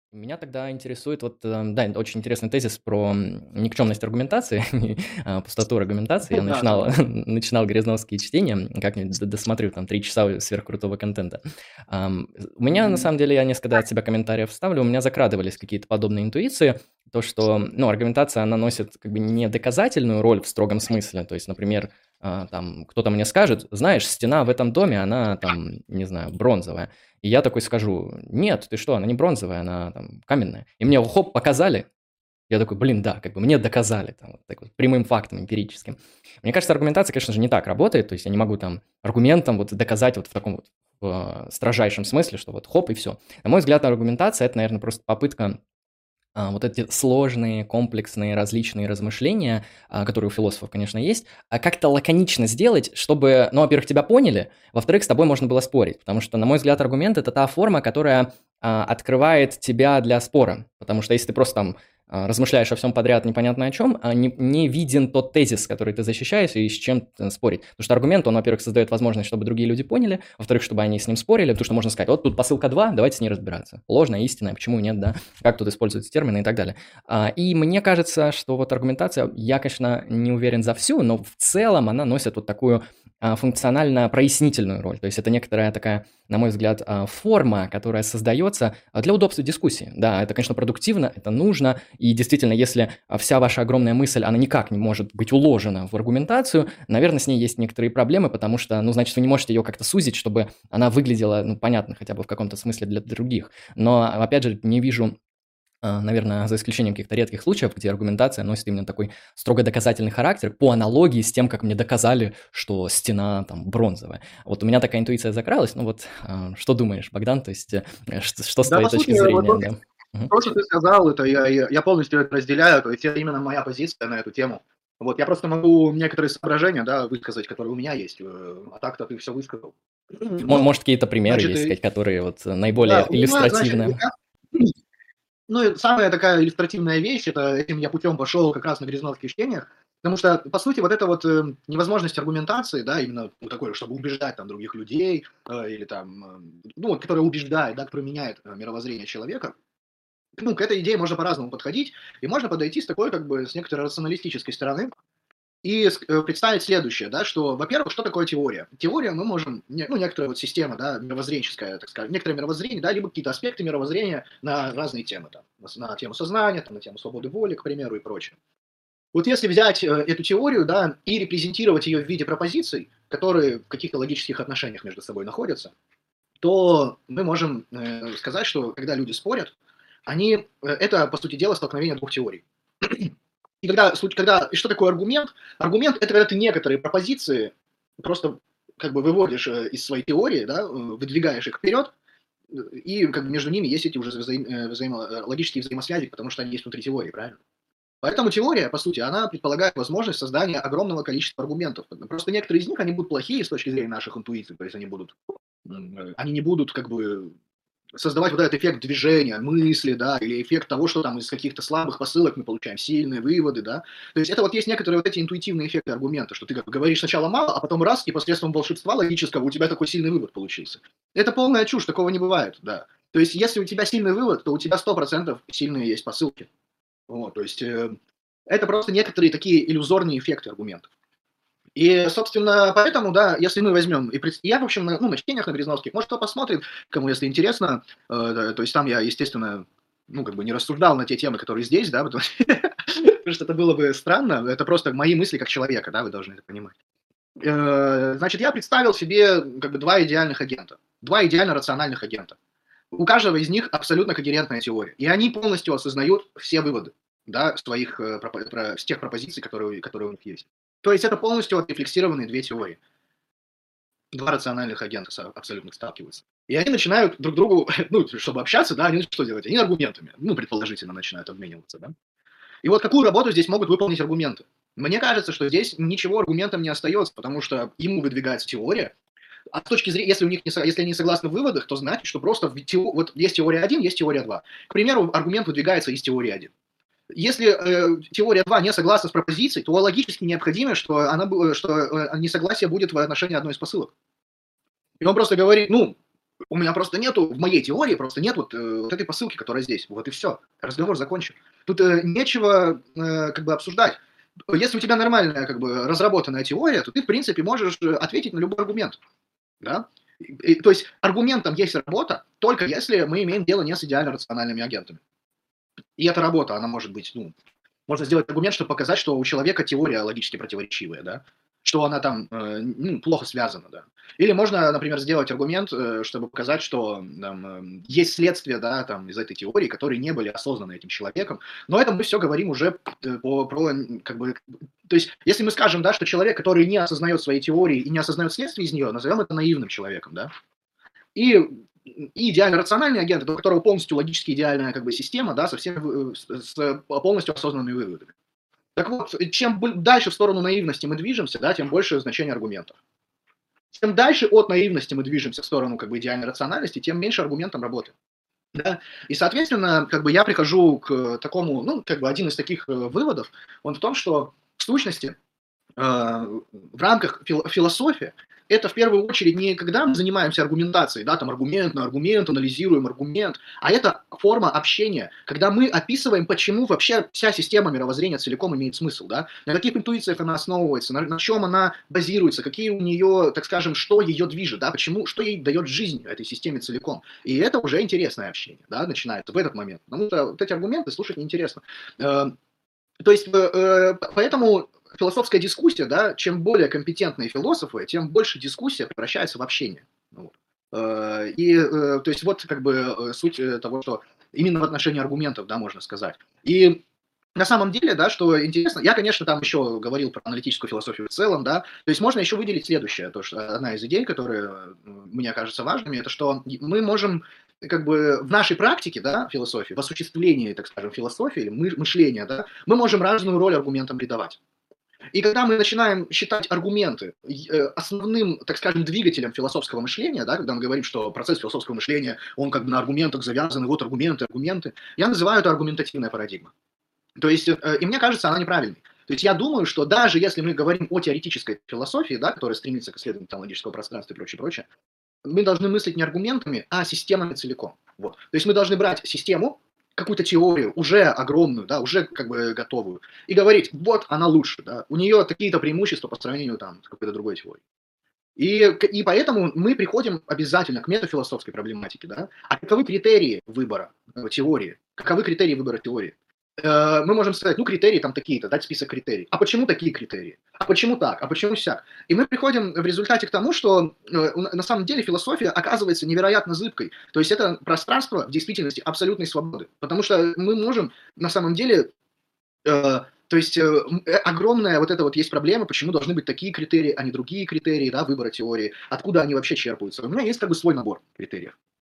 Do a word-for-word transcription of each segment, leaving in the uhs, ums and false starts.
Меня тогда интересует вот, э, да, это очень интересный тезис про м, никчемность аргументации, а, пустоту аргументации. Я Да, начинал, согласен. начинал грязновские чтения, как-нибудь д- досмотрю там три часа сверхкрутого контента. Ам, У меня, на Мгм. самом деле, я несколько от себя комментариев вставлю, у меня закрадывались какие-то подобные интуиции, то, что, ну, аргументация, она носит как бы не доказательную роль в строгом смысле, то есть, например, а, там кто-то мне скажет, знаешь, стена в этом доме, она там, не знаю, бронзовая. И я такой скажу: "Нет, ты что, она не бронзовая, она там каменная". И мне хоп, показали. Я такой: "Блин, да, как бы мне доказали", там вот так вот прямым фактом эмпирическим. Мне кажется, аргументация, конечно же, не так работает. То есть я не могу там аргументом вот доказать вот в таком вот, в, э, строжайшем смысле, что вот хоп и все. На мой взгляд, аргументация- это, наверное, просто попытка а, вот эти сложные, комплексные, различные размышления, а, которые у философов, конечно, есть, а как-то лаконично сделать, чтобы, ну, во-первых, тебя поняли, во-вторых, с тобой можно было спорить. Потому что, на мой взгляд, аргумент– это та форма, которая а, открывает тебя для спора. Потому что если ты просто там а, размышляешь о всем подряд, непонятно о чем, а не, не виден тот тезис, который ты защищаешь, и с чем э, спорить. Потому что аргумент, он, во-первых, создает возможность, чтобы другие люди поняли, во-вторых, чтобы они с ним спорили, потому что можно сказать, вот тут посылка два, давайте с ней разбираться. Ложная, истинная, почему нет, да? Как тут используются термины и так далее. А, И мне кажется, что вот аргументация, я, конечно, не уверен за всю, но в целом она носит вот такую а, функционально-прояснительную роль. То есть это некоторая такая, на мой взгляд, а, форма, которая создается а, для удобства дискуссии. Да, это, конечно, продуктивно, это нужно, и действительно, если а, вся ваша огромная мысль, она никак не может быть уложена в аргументацию, наверное, с ней есть некоторые проблемы, потому что, ну, значит, вы не можете ее как-то сузить, чтобы она выглядела, ну, понятно, хотя бы в каком-то смысле для других. Но, опять же, не вижу а, наверное, за исключением каких-то редких случаев, где аргументация носит именно такой строго доказательный характер, по аналогии с тем, как мне доказали, что стена там бронзовая. Вот у меня такая интуиция закралась. Ну вот, а, что думаешь, Богдан? То есть, э, что, что с Да, твоей по точки сути, вот зрения, то, да? Мгм. то, что ты сказал, это я, я, я полностью это разделяю, то есть это именно моя позиция на эту тему. Вот, я просто могу некоторые соображения, да, высказать, которые у меня есть, э, а так-то ты все высказал. Мо- Ну, Может, какие-то примеры значит, есть, э, сказать, которые вот да, наиболее у меня, значит, иллюстративны? ну, и самая такая иллюстративная вещь, это этим я путем пошел как раз на грязновских чтениях, потому что, по сути, вот эта вот э, невозможность аргументации, да, именно ну, такой, чтобы убеждать там других людей, э, или там, э, ну, вот, которая убеждает, да, которая меняет э, мировоззрение человека, ну, к этой идее можно по-разному подходить, и можно подойти с такой, как бы, с некоторой рационалистической стороны, и с- э, представить следующее, да, что, во-первых, что такое теория? Теория мы можем, не- ну, некоторая вот система, да, мировоззренческая, так сказать, некоторое мировоззрение, да, либо какие-то аспекты мировоззрения на разные темы, там, на, с- на тему сознания, там, на тему свободы воли, к примеру, и прочее. Вот если взять э, эту теорию, да, и репрезентировать ее в виде пропозиций, которые в каких-то логических отношениях между собой находятся, то мы можем э, сказать, что когда люди спорят, они, э, это, по сути дела, столкновение двух теорий. И когда, суть- когда, и что такое аргумент? Аргумент– это когда ты некоторые пропозиции просто как бы выводишь э, из своей теории, да, э, выдвигаешь их вперед, э, и как бы между ними есть эти уже взаим- э, взаимо- э, логические взаимосвязи, потому что они есть внутри теории, правильно? Поэтому теория, по сути, она предполагает возможность создания огромного количества аргументов. Просто некоторые из них, они будут плохие с точки зрения наших интуиций, то есть они будут, м, э, они не будут как бы создавать вот этот эффект движения, мысли, да, или эффект того, что там из каких-то слабых посылок мы получаем сильные выводы, да. То есть это вот есть некоторые вот эти интуитивные эффекты аргумента, что ты как бы говоришь сначала мало, а потом раз, и посредством волшебства логического у тебя такой сильный вывод получился. Это полная чушь, такого не бывает, да. То есть если у тебя сильный вывод, то у тебя сто процентов сильные есть посылки. Вот, то есть э, это просто некоторые такие иллюзорные эффекты аргументов. И, собственно, поэтому, да, если мы возьмем, и пред- я, в общем, на, ну, на чтениях на Грязновских, может, кто посмотрит, кому, если интересно, э, да, то есть там я, естественно, ну, как бы не рассуждал на те темы, которые здесь, да, потому что потому что это было бы странно, это просто мои мысли как человека, да, вы должны это понимать. Э, Значит, я представил себе как бы два идеальных агента, два идеально рациональных агента. У каждого из них абсолютно когерентная теория, и они полностью осознают все выводы, да, своих, э, пропо- про- с тех пропозиций, которые, которые у них есть. То есть это полностью отрефлексированные две теории. Два рациональных агента со- абсолютно сталкиваются. И они начинают друг другу, ну, чтобы общаться, да, они что делать? Они аргументами, ну, предположительно, начинают обмениваться, да. И вот какую работу здесь могут выполнить аргументы? Мне кажется, что здесь ничего аргументам не остается, потому что ему выдвигается теория, а с точки зрения, если у них не, со- если они не согласны в выводах, то значит, что просто в тео- вот есть теория один, есть теория два. К примеру, аргумент выдвигается из теории один. Если э, теория два не согласна с пропозицией, то логически необходимо, что, она, что э, несогласие будет в отношении одной из посылок. И он просто говорит, ну, У меня просто нету, в моей теории просто нет вот, э, вот этой посылки, которая здесь. Вот и все. Разговор закончен. Тут э, нечего э, как бы обсуждать. Если у тебя нормальная как бы разработанная теория, то ты в принципе можешь э, ответить на любой аргумент. Да? И, и, то есть аргументом есть работа, только если мы имеем дело не с идеально рациональными агентами. И эта работа, она может быть, ну, можно сделать аргумент, чтобы показать, что у человека теория логически противоречивая, да, что она там э, ну, плохо связана, да. Или можно, например, сделать аргумент, э, чтобы показать, что там, э, есть следствия, да, там, из этой теории, которые не были осознаны этим человеком. Но это мы все говорим уже э, по, про, как бы, то есть, если мы скажем, да, что человек, который не осознает своей теории и не осознает следствия из нее, назовем это наивным человеком, да. И, и идеально рациональный агент, это у которого полностью логически идеальная как бы, система, да, со всеми, с, с полностью осознанными выводами. Так вот, чем дальше в сторону наивности мы движемся, да, тем больше значение аргументов. Чем дальше от наивности мы движемся в сторону как бы, идеальной рациональности, тем меньше аргументом работает. Да? И, соответственно, как бы я прихожу к такому, ну, как бы один из таких э, выводов, он в том, что в сущности э, в рамках фил- философии это в первую очередь не когда мы занимаемся аргументацией, да, там аргумент на аргумент, анализируем аргумент, а это форма общения, когда мы описываем, почему вообще вся система мировоззрения целиком имеет смысл, да, на каких интуициях она основывается, на, на чем она базируется, какие у нее, так скажем, что ее движет, да, почему, что ей дает жизнь этой системе целиком. И это уже интересное общение, да, начинается в этот момент. Потому что вот эти аргументы слушать неинтересно. Э, То есть, э, поэтому философская дискуссия, да, чем более компетентные философы, тем больше дискуссия превращается в общение. Вот. Э, И, э, то есть, вот как бы э, суть э, того, что именно в отношении аргументов, да, можно сказать. И на самом деле, да, что интересно, я, конечно, там еще говорил про аналитическую философию в целом, да, то есть можно еще выделить следующее, то, что одна из идей, которые э, мне кажется важными, это что мы можем как бы в нашей практике, да, философии, в осуществлении, так скажем, философии или мы- мышления, да, мы можем разную роль аргументам придавать. И когда мы начинаем считать аргументы э, основным, так скажем, двигателем философского мышления, да, когда мы говорим, что процесс философского мышления, он как бы на аргументах завязан, и вот аргументы, аргументы, я называю это аргументативная парадигма. То есть, э, и мне кажется, она неправильной. То есть я думаю, что даже если мы говорим о теоретической философии, да, которая стремится к исследованию там, логического пространства и прочее, прочее, мы должны мыслить не аргументами, а системами целиком. Вот. То есть мы должны брать систему, какую-то теорию, уже огромную, да, уже как бы готовую, и говорить, вот она лучше, да, у нее такие-то преимущества по сравнению там, с какой-то другой теорией. И, и поэтому мы приходим обязательно к метафилософской проблематике, да, а каковы критерии выбора э, теории, каковы критерии выбора теории. Э, мы можем сказать, ну, критерии там такие-то, дать список критерий. А почему такие критерии? А почему так? А почему сяк? И мы приходим в результате к тому, что э, на самом деле философия оказывается невероятно зыбкой. То есть это пространство в действительности абсолютной свободы. Потому что мы можем на самом деле... Э, то есть э, э, огромная вот эта вот есть проблема, почему должны быть такие критерии, а не другие критерии, да, выбора теории, откуда они вообще черпаются. У меня есть как бы свой набор критериев.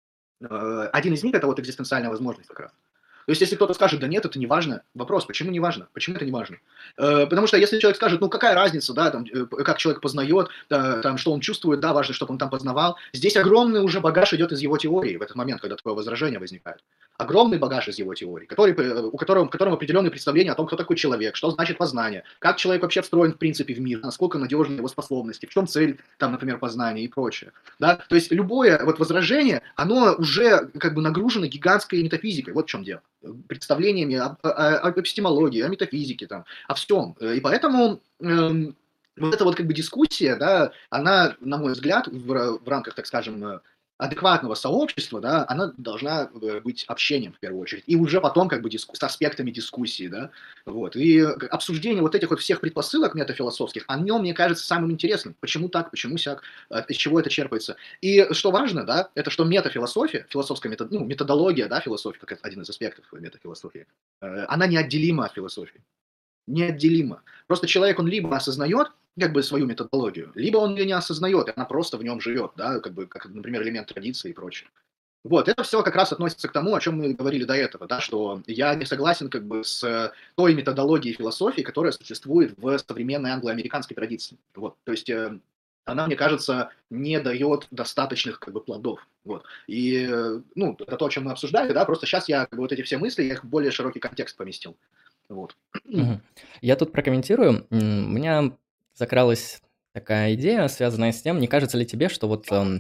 Э, один из них это вот экзистенциальная возможность как раз. То есть, если кто-то скажет, да нет, это не важно, вопрос, почему не важно? Почему это не важно? Э, потому что если человек скажет, ну какая разница, да, там, э, как человек познает, да, там, что он чувствует, да, важно, чтобы он там познавал, здесь огромный уже багаж идет из его теории в этот момент, когда такое возражение возникает. Огромный багаж из его теории, который, э, у которого, в котором определенные представления о том, кто такой человек, что значит познание, как человек вообще встроен в принципе в мир, насколько надежны его способности, в чем цель, там, например, познания и прочее. Да? То есть любое вот возражение, оно уже как бы нагружено гигантской метафизикой, вот в чем дело, представлениями об, о- об эпистемологии, о метафизике, там, о всем. И поэтому эм, вот эта вот как бы дискуссия, да, она, на мой взгляд, в, в рамках, так скажем, э, адекватного сообщества, да, она должна э, быть общением в первую очередь, и уже потом как бы диску- с аспектами дискуссии, да, вот. И э, обсуждение вот этих вот всех предпосылок метафилософских, оно, мне кажется, самым интересным. Почему так, почему сяк, э, из чего это черпается. И что важно, да, это что метафилософия, философская метод, ну, методология, да, философии, как один из аспектов метафилософии, э, она неотделима от философии. Неотделима. Просто человек, он либо осознает как бы свою методологию, либо он ее не осознает, и она просто в нем живет, да, как бы, как, например, элемент традиции и прочее. Вот, это все как раз относится к тому, о чем мы говорили до этого, да, что я не согласен как бы с той методологией философии, которая существует в современной англо-американской традиции. Вот, то есть э, она, мне кажется, не дает достаточных как бы плодов. Вот. И, э, ну, это то, о чем мы обсуждали, да, просто сейчас я как бы, вот эти все мысли, я их в более широкий контекст поместил. Вот. Мгм. Я тут прокомментирую. М, У меня закралась такая идея, связанная с тем, не кажется ли тебе, что вот эм,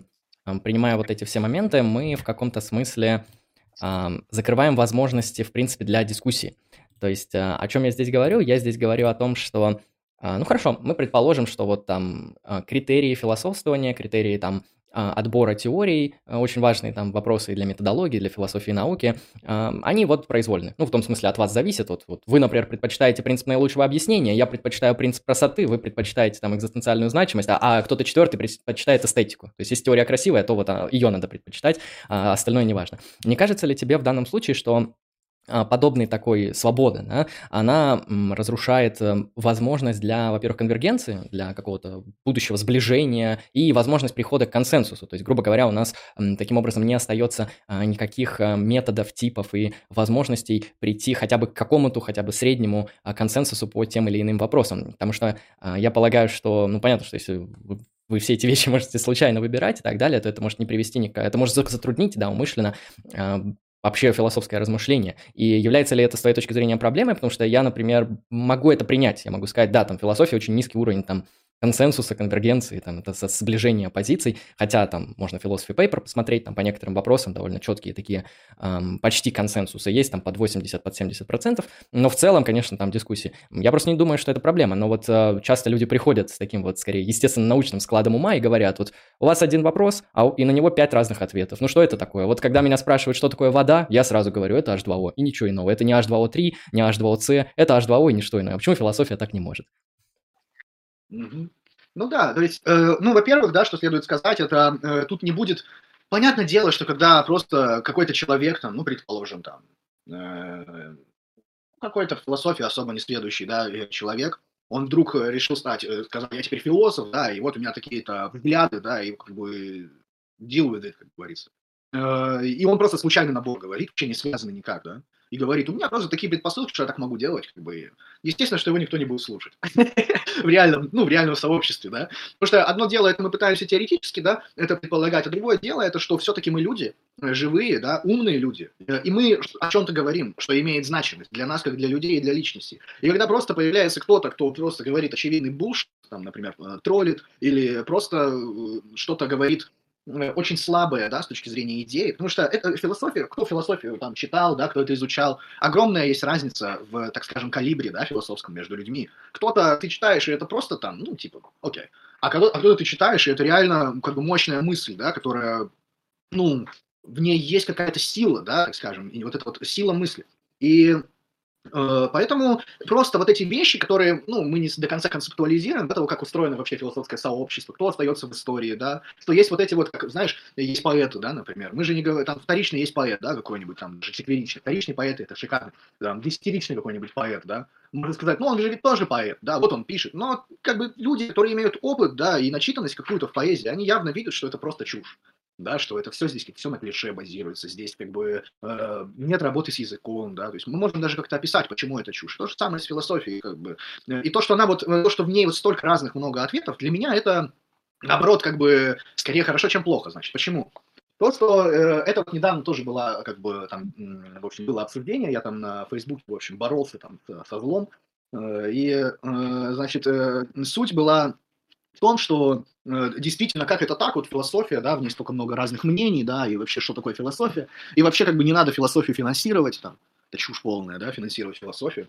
ам, принимая вот эти все моменты, мы в каком-то смысле ам, закрываем возможности, в принципе, для дискуссии. То есть, а, о чем я здесь говорю? Я здесь говорю о том, что, а, ну хорошо, мы предположим, что вот там а, критерии философствования, критерии там а, отбора теорий, а, очень важные там вопросы и для методологии, для философии и науки, а, они вот произвольны. Ну, в том смысле, от вас зависит. Вот, вот вы, например, предпочитаете принцип наилучшего объяснения, я предпочитаю принцип простоты, вы предпочитаете там экзистенциальную значимость, а, а кто-то четвертый предпочитает эстетику. То есть, если теория красивая, то вот а, ее надо предпочитать, а остальное не важно. Не кажется ли тебе в данном случае, что а, подобной такой свободы, да, она м, разрушает э, возможность для, во-первых, конвергенции, для какого-то будущего сближения и возможность прихода к консенсусу. То есть, грубо говоря, у нас м, таким образом не остается а, никаких а, методов, типов и возможностей прийти хотя бы к какому-то, хотя бы среднему а, консенсусу по тем или иным вопросам. Потому что а, я полагаю, что, ну, понятно, что если вы вы все эти вещи можете случайно выбирать и так далее, то это может не привести ни к... Это может затруднить, да, умышленно а, вообще философское размышление. И является ли это, с твоей точки зрения, проблемой? Потому что я, например, могу это принять. Я могу сказать, да, там философия очень низкий уровень там консенсуса, конвергенции, там, это со- сближение позиций, хотя там можно philosophy paper посмотреть, там по некоторым вопросам довольно четкие такие ам, почти консенсусы есть, там под восемьдесят, под семьдесят процентов, но в целом, конечно, там дискуссии. Я просто не думаю, что это проблема, но вот а, часто люди приходят с таким вот, скорее, естественно-научным складом ума и говорят, вот у вас один вопрос, а у- и на него пять разных ответов. Ну что это такое? Вот когда меня спрашивают, что такое вода, я сразу говорю, это эйч два о, и ничего иного. Это не эйч два о три, не эйч два о си, это эйч два о и ничто иное. Почему философия так не может? Мгм. Ну да, то есть, э, ну, во-первых, да, что следует сказать, это э, тут не будет. Понятное дело, что когда просто какой-то человек, там, ну, предположим, там, э, какой-то в философии особо не следующий, да, э, человек, он вдруг э, решил стать, э, сказал, я теперь философ, да, и вот у меня такие-то взгляды, да, и как бы deal with it, как говорится. Э, И он просто случайно набор говорит, вообще не связано никак, да, и говорит, у меня просто такие предпосылки, что я так могу делать, как бы. Естественно, что его никто не будет слушать. В реальном, ну, в реальном сообществе, да. Потому что одно дело, это мы пытаемся теоретически, да, это предполагать, а другое дело, это что все-таки мы люди, э, живые, да, умные люди, э, и мы о чем-то говорим, что имеет значимость для нас, как для людей и для личности. И когда просто появляется кто-то, кто просто говорит очевидный булш, там, например, э, троллит, или просто э, что-то говорит э, очень слабое, да, с точки зрения идеи, потому что это философия, кто философию там читал, да, кто это изучал, огромная есть разница в, так скажем, калибре, да, философском между людьми. Кто-то ты читаешь, и это просто там, ну, типа, окей. А когда- а кто-то ты читаешь, и это реально как бы мощная мысль, да, которая, ну, в ней есть какая-то сила, да, так скажем, и вот эта вот сила мысли. И Э, Поэтому просто вот эти вещи, которые, ну, мы не до конца концептуализируем, до того, как устроено вообще философское сообщество, кто остается в истории, да, что есть вот эти вот, как, знаешь, есть поэты, да, например, мы же не говорим, там, вторичный есть поэт, да, какой-нибудь там, даже четверичный, вторичный поэт, это шикарный, там, десятиричный какой-нибудь поэт, да, можно сказать, ну, он же ведь тоже поэт, да, вот он пишет, но, как бы, люди, которые имеют опыт, да, и начитанность какую-то в поэзии, они явно видят, что это просто чушь. Да, что это все здесь, все на клише базируется, здесь как бы э, нет работы с языком, да, то есть мы можем даже как-то описать, почему это чушь. То же самое с философией, как бы. Э, И то, что она вот, э, то, что в ней вот столько разных много ответов, для меня это, наоборот, как бы, скорее хорошо, чем плохо, значит. Почему? То, что э, это вот недавно тоже было, как бы, там, м, в общем, было обсуждение, я там на Фейсбуке, в общем, боролся там со со злом, э, и, э, значит, э, суть была в том, что э, действительно, как это так, вот философия, да, в ней столько много разных мнений, да, и вообще, что такое философия, и вообще, как бы, не надо философию финансировать, там, это чушь полная, да, финансировать философию.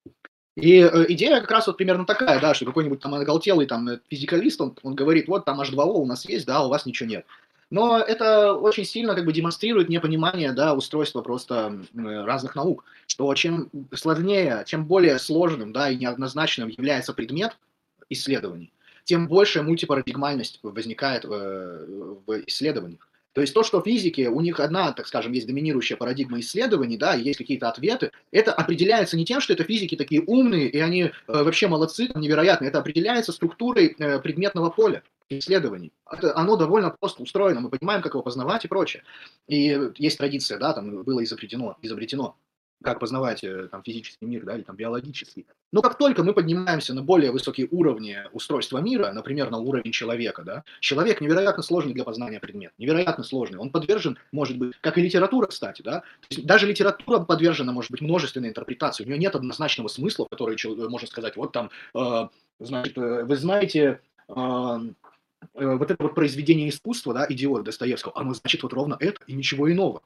И э, идея как раз вот примерно такая, да, что какой-нибудь там оголтелый там э, физикалист, он, он говорит, вот там эйч два о у нас есть, да, а у вас ничего нет. Но это очень сильно как бы демонстрирует непонимание, да, устройства просто м, разных наук, что чем сложнее, чем более сложным, да, и неоднозначным является предмет исследований, тем больше мультипарадигмальность возникает э, в исследованиях. То есть то, что физики, у них одна, так скажем, есть доминирующая парадигма исследований, да, и есть какие-то ответы, это определяется не тем, что это физики такие умные, и они э, вообще молодцы, там, невероятные, это определяется структурой э, предметного поля исследований. Это, оно довольно просто устроено, мы понимаем, как его познавать и прочее. И есть традиция, да, там было изобретено, изобретено как познавать э, там, физический мир, да, или там биологический. Но как только мы поднимаемся на более высокие уровни устройства мира, например, на уровень человека, да, человек невероятно сложный для познания предмет, невероятно сложный. Он подвержен, может быть, как и литература, кстати, да, то есть даже литература подвержена, может быть, множественной интерпретации. У нее нет однозначного смысла, который можно сказать, вот там, э, значит, э, вы знаете, э, э, вот это вот произведение искусства, да, "Идиот" Достоевского, оно значит вот ровно это и ничего иного.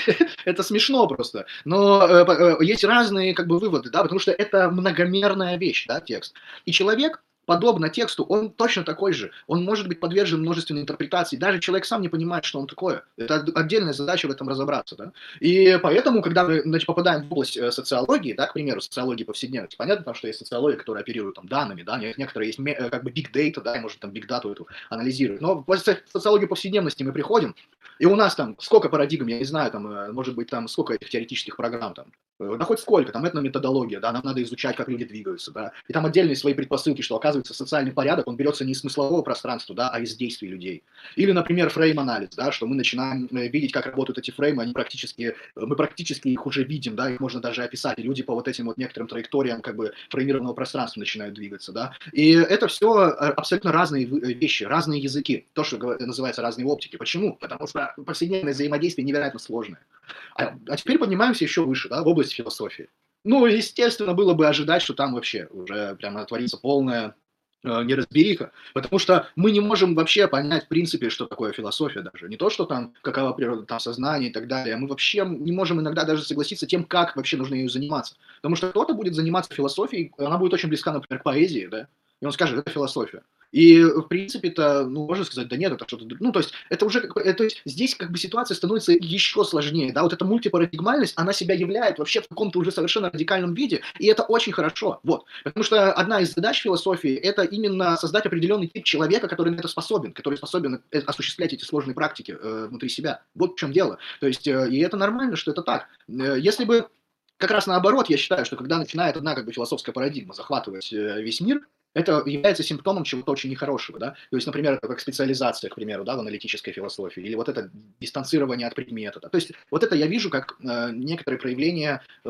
Это смешно просто. Но, э, п э, есть разные как бы выводы, да, потому что это многомерная вещь, да, текст. И человек, подобно тексту, он точно такой же. Он может быть подвержен множественной интерпретации. Даже человек сам не понимает, что он такое. Это от отдельная задача в этом разобраться, да. И поэтому, когда мы, значит, попадаем в область, э, социологии, да, к примеру, социологии повседневности, понятно, там, что есть социология, которая оперирует там данными, да, не некоторые есть ме э, как бы big data, да, и может там big data эту анализировать. Но в соци социологию повседневности мы приходим, и у нас там сколько парадигм, я не знаю, там, э, может быть, там сколько этих теоретических программ там, э, да хоть сколько, там этнометодология, да, нам надо изучать, как люди двигаются, да, и там отдельные свои предпосылки, что, оказывается, социальный порядок, он берется не из смыслового пространства, да, а из действий людей. Или, например, фрейм-анализ, да, что мы начинаем э, видеть, как работают эти фреймы, они практически, э, мы практически их уже видим, да, их можно даже описать, и люди по вот этим вот некоторым траекториям как бы фреймированного пространства начинают двигаться, да. И это все абсолютно разные вы- э, вещи, разные языки, то, что говор- называется разные оптики. Почему? Потому что повседневное взаимодействие невероятно сложное. А, а теперь поднимаемся еще выше, да, в область философии. Ну, естественно, было бы ожидать, что там вообще уже прямо творится полная э, неразбериха, потому что мы не можем вообще понять в принципе, что такое философия даже. Не то, что там, какова природа там сознания и так далее. Мы вообще не можем иногда даже согласиться тем, как вообще нужно ею заниматься. Потому что кто-то будет заниматься философией, она будет очень близка, например, к поэзии, да, и он скажет, это философия. И, в принципе-то, ну, можно сказать, да нет, это что-то... дру- Ну, то есть, это уже... как бы- э, То есть, здесь как бы ситуация становится еще сложнее, да, вот эта мультипарадигмальность, она себя являет вообще в каком-то уже совершенно радикальном виде, и это очень хорошо, вот. Потому что одна из задач философии – это именно создать определенный тип человека, который на это способен, который способен э, осуществлять эти сложные практики э, внутри себя. Вот в чем дело. То есть, э, и это нормально, что это так. Э, Если бы как раз наоборот, я считаю, что когда начинает одна как бы философская парадигма захватывать э, весь мир, это является симптомом чего-то очень нехорошего, да. То есть, например, это как специализация, к примеру, да, в аналитической философии, или вот это дистанцирование от предмета. Да. То есть, вот это я вижу как э, некоторые проявления, э,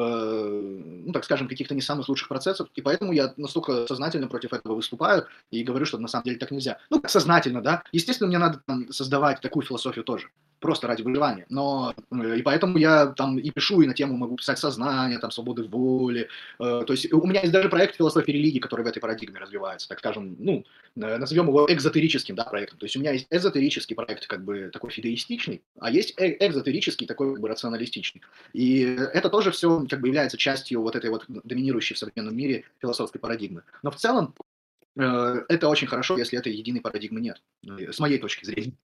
ну, так скажем, каких-то не самых лучших процессов, и поэтому я настолько сознательно против этого выступаю и говорю, что на самом деле так нельзя. Ну, как сознательно, да. Естественно, мне надо там, создавать такую философию тоже просто ради выживания. Но э, и поэтому я там и пишу, и на тему могу писать сознание, там, свободы воли. Э, то есть у меня есть даже проект философии религии, который в этой парадигме развивается, так скажем, ну, э, назовем его экзотерическим, да, проектом. То есть у меня есть эзотерический проект, как бы такой фидеистичный, а есть э- экзотерический, такой как бы рационалистичный. И это тоже все как бы является частью вот этой вот доминирующей в современном мире философской парадигмы. Но в целом э, это очень хорошо, если этой единой парадигмы нет, э, с моей точки зрения.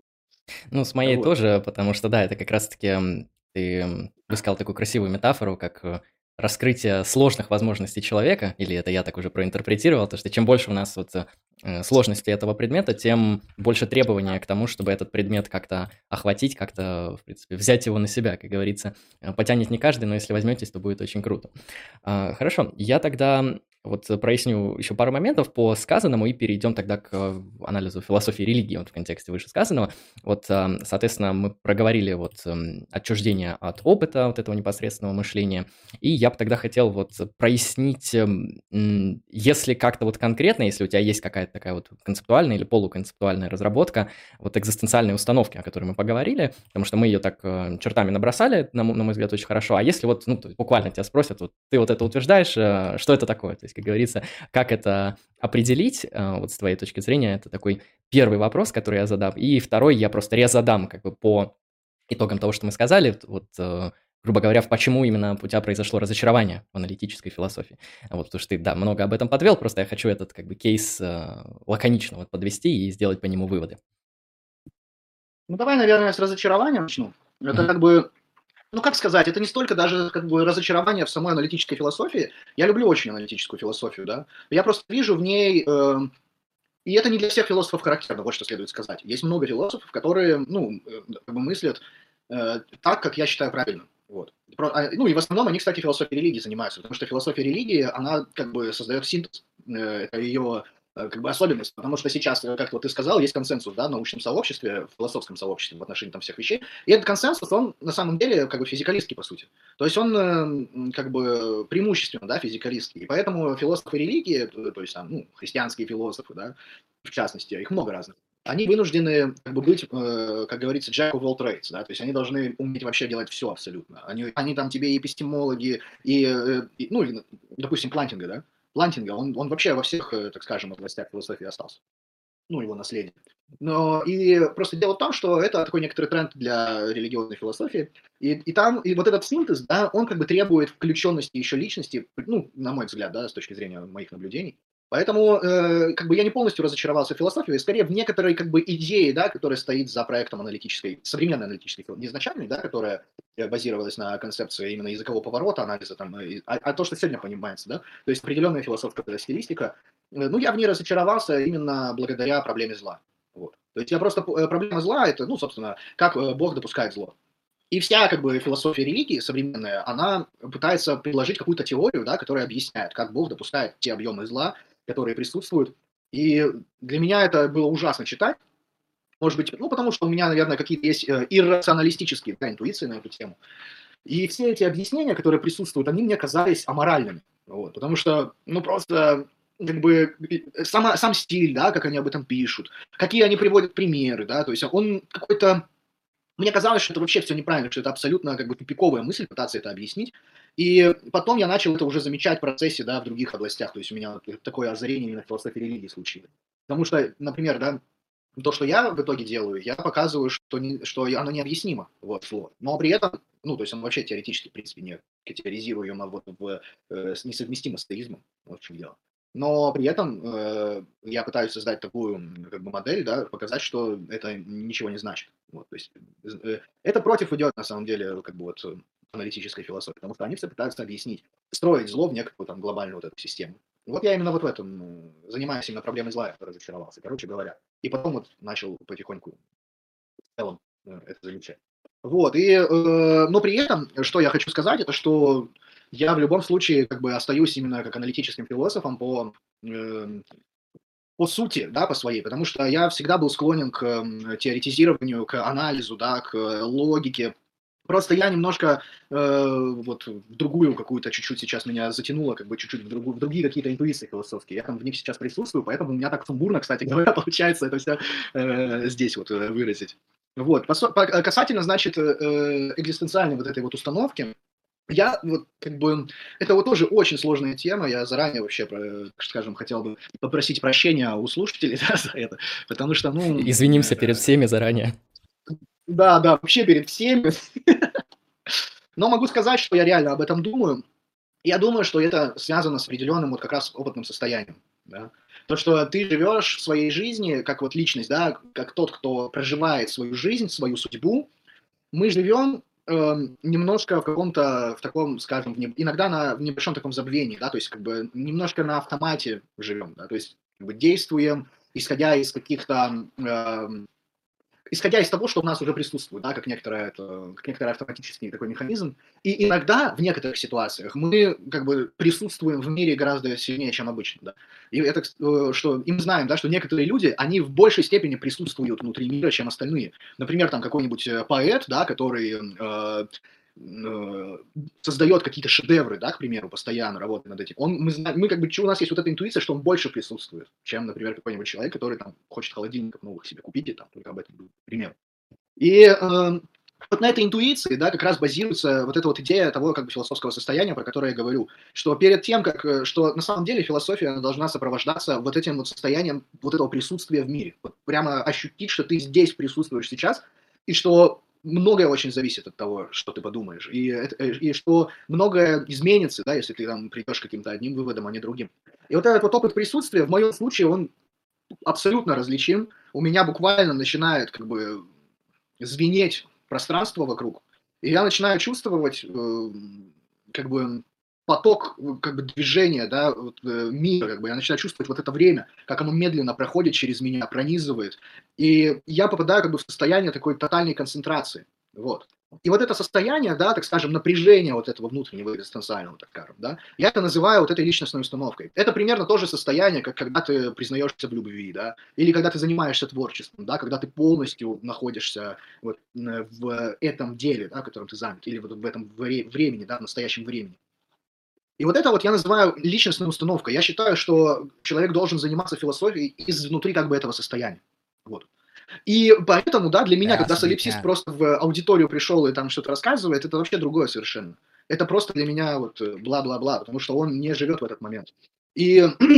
Ну, с моей Вот. тоже, потому что, да, это как раз-таки м, ты м, высказал такую красивую метафору, как э, раскрытие сложных возможностей человека, или это я так уже проинтерпретировал, то что чем больше у нас вот э, э, сложностей этого предмета, тем больше требования к тому, чтобы этот предмет как-то охватить, как-то, в принципе, взять его на себя, как говорится. Э, Потянет не каждый, но если возьметесь, то будет очень круто. А, Хорошо, я тогда вот э, проясню еще пару моментов по сказанному и перейдем тогда к э, анализу философии и религии вот в контексте вышесказанного. Вот, ам, соответственно, мы проговорили вот ам, отчуждение от опыта, вот этого непосредственного мышления. И я бы тогда хотел вот прояснить, ам, м, если как-то вот конкретно, если у тебя есть какая-то такая вот концептуальная или полуконцептуальная разработка вот экзистенциальной установки, о которой мы поговорили, потому что мы ее так э, чертами набросали, на, мо- на мой взгляд, очень хорошо. А если вот, ну, то есть буквально тебя спросят, вот ты вот это утверждаешь, э, что это такое? То есть, как говорится, как это определить, э, вот с твоей точки зрения, это такой первый вопрос, который я задам, и второй я просто резадам как бы по итогам того, что мы сказали, вот, э, грубо говоря, в почему именно у тебя произошло разочарование в аналитической философии. Вот, потому что ты, да, много об этом подвел, просто я хочу этот как бы кейс э, лаконично вот подвести и сделать по нему выводы. Ну, давай, наверное, с разочарования начну. Это Мгм. как бы, ну, как сказать, это не столько даже как бы разочарование в самой аналитической философии. Я люблю очень аналитическую философию, да. Я просто вижу в ней, э, и это не для всех философов характерно, вот что следует сказать. Есть много философов, которые, ну, э, как бы мыслят э, так, как я считаю правильным. Вот. Про- а, ну и в основном они, кстати, философией религии занимаются, потому что философия религии, она как бы создает синтез, э, это ее э, как бы особенность, потому что сейчас, э, как вот ты сказал, есть консенсус, да, в научном сообществе, в философском сообществе в отношении там всех вещей, и этот консенсус, он на самом деле как бы физикалистский, по сути. То есть он э, м, как бы преимущественно, да, физикалистский, и поэтому философы религии, то, то есть там, ну, христианские философы, да, в частности, их много разных, они вынуждены как бы быть, э, как говорится, jack of all trades, да, то есть они должны уметь вообще делать все абсолютно. Они, они там тебе и эпистемологи, и, э, и, ну, или, допустим, Плантинга, да, Плантинга, он, он вообще во всех, э, так скажем, областях философии остался. ну, его наследие. Но и просто дело в том, что это такой некоторый тренд для религиозной философии. И, и там, и вот этот синтез, да, он как бы требует включенности еще личности, ну, на мой взгляд, да, с точки зрения моих наблюдений. Поэтому, э, как бы я не полностью разочаровался в философии, скорее в некоторой, как бы, идее, да, которая стоит за проектом аналитической, современной аналитической философии, не изначальной, да, которая э, базировалась на концепции именно языкового поворота, анализа, там, и- а, а то, что сегодня понимается, да, то есть определенная философская стилистика. Э, ну, я в ней разочаровался именно благодаря проблеме зла. Вот. То есть я просто э, проблема зла это, ну, собственно, как э, Бог допускает зло. И вся как бы философия религии современная, она пытается предложить какую-то теорию, да, которая объясняет, как Бог допускает те объемы зла, которые присутствуют. И для меня это было ужасно читать. Может быть, ну, потому что у меня, наверное, какие-то есть э, иррационалистические, да, интуиции на эту тему. И все эти объяснения, которые присутствуют, они мне казались аморальными. Вот, потому что, ну, просто как бы э, сама, сам стиль, да, как они об этом пишут, какие они приводят примеры, да, то есть он какой-то... Мне казалось, что это вообще все неправильно, что это абсолютно как бы тупиковая мысль пытаться это объяснить. И потом я начал это уже замечать в процессе, да, в других областях. То есть у меня вот такое озарение именно в философии религии случилось. Потому что, например, да, то, что я в итоге делаю, я показываю, что, не, что оно необъяснимо, вот, слово. Но при этом, ну, то есть он вообще теоретически, в принципе, не категоризируем вот в, э, с- несовместимо с теизмом, вот в чем дело. Но при этом э, я пытаюсь создать такую м, как бы модель, да, показать, что это ничего не значит. Вот, то есть э, это против идет, на самом деле, как бы вот э, аналитической философии, потому что они все пытаются объяснить, строить зло в некую там глобальную вот эту систему. Вот я именно вот в этом э, занимаюсь именно проблемой зла, я разочаровался, короче говоря. И потом вот начал потихоньку в целом э, это замечать. Вот, и, э, но при этом, что я хочу сказать, это что я в любом случае как бы остаюсь именно как аналитическим философом по, э, по сути, да, по своей, потому что я всегда был склонен к м, теоретизированию, к анализу, да, к э, логике. Просто я немножко э, вот в другую какую-то чуть-чуть сейчас меня затянуло, как бы чуть-чуть в, другую, в другие какие-то интуиции философские. Я там в них сейчас присутствую, поэтому у меня так сумбурно, кстати говоря, получается это все э, здесь вот э, выразить. Вот. Посо- по- Касательно, значит, э, э, экзистенциальной вот этой вот установки, я вот как бы... Это вот тоже очень сложная тема. Я заранее вообще, про- так скажем, хотел бы попросить прощения у слушателей да, за это. Потому что, ну, Извинимся перед э, всеми заранее. да, да, вообще перед всеми. Но могу сказать, что я реально об этом думаю. Я думаю, что это связано с определенным вот как раз опытным состоянием. Да? То, что ты живешь в своей жизни, как вот личность, да, как тот, кто проживает свою жизнь, свою судьбу, мы живем эм, немножко в каком-то, в таком, скажем, в не- иногда на, в небольшом таком забвении, да, то есть как бы немножко на автомате живем, да, то есть как бы действуем, исходя из каких-то, эм, исходя из того, что у нас уже присутствует, да, как, некоторое, это, как некоторый автоматический такой механизм. И иногда в некоторых ситуациях мы как бы присутствуем в мире гораздо сильнее, чем обычно. Да. И это, э, что, и мы знаем, да, что некоторые люди, они в большей степени присутствуют внутри мира, чем остальные. Например, там какой-нибудь э, поэт, да, который э, э, создает какие-то шедевры, да, к примеру, постоянно работает над этим. Он, мы, знаем, мы как бы, у нас есть вот эта интуиция, что он больше присутствует, чем, например, какой-нибудь человек, который там хочет холодильников новых себе купить и там только об этом будет пример. И э, вот на этой интуиции, да, как раз базируется вот эта вот идея того как бы философского состояния, про которое я говорю, что перед тем, как, э, что на самом деле философия она должна сопровождаться вот этим вот состоянием вот этого присутствия в мире. Вот прямо ощутить, что ты здесь присутствуешь сейчас, и что многое очень зависит от того, что ты подумаешь, и, это, э, и что многое изменится, да, если ты там придешь к каким-то одним выводам, а не другим. И вот этот вот опыт присутствия, в моем случае, он абсолютно различим. У меня буквально начинает как бы звенеть пространство вокруг, и я начинаю чувствовать э, как бы поток э, как бы движения, да, вот, э, мира, как бы я начинаю чувствовать вот это время, как оно медленно проходит через меня, пронизывает, и я попадаю как бы в состояние такой тотальной концентрации, вот. И вот это состояние, да, так скажем, напряжение вот этого внутреннего экзистенциального, так скажем, да, я это называю вот этой личностной установкой. Это примерно то же состояние, как когда ты признаешься в любви, да, или когда ты занимаешься творчеством, да, когда ты полностью находишься вот э, в этом деле, да, которым ты занят, или вот в этом вре- времени, да, в настоящем времени. И вот это вот я называю личностной установкой. Я считаю, что человек должен заниматься философией изнутри как бы этого состояния. Вот. И поэтому, да, для меня, когда Yes, we солипсист can. просто в аудиторию пришел и там что-то рассказывает, это вообще другое совершенно. Это просто для меня вот э, бла-бла-бла, потому что он не живет в этот момент. И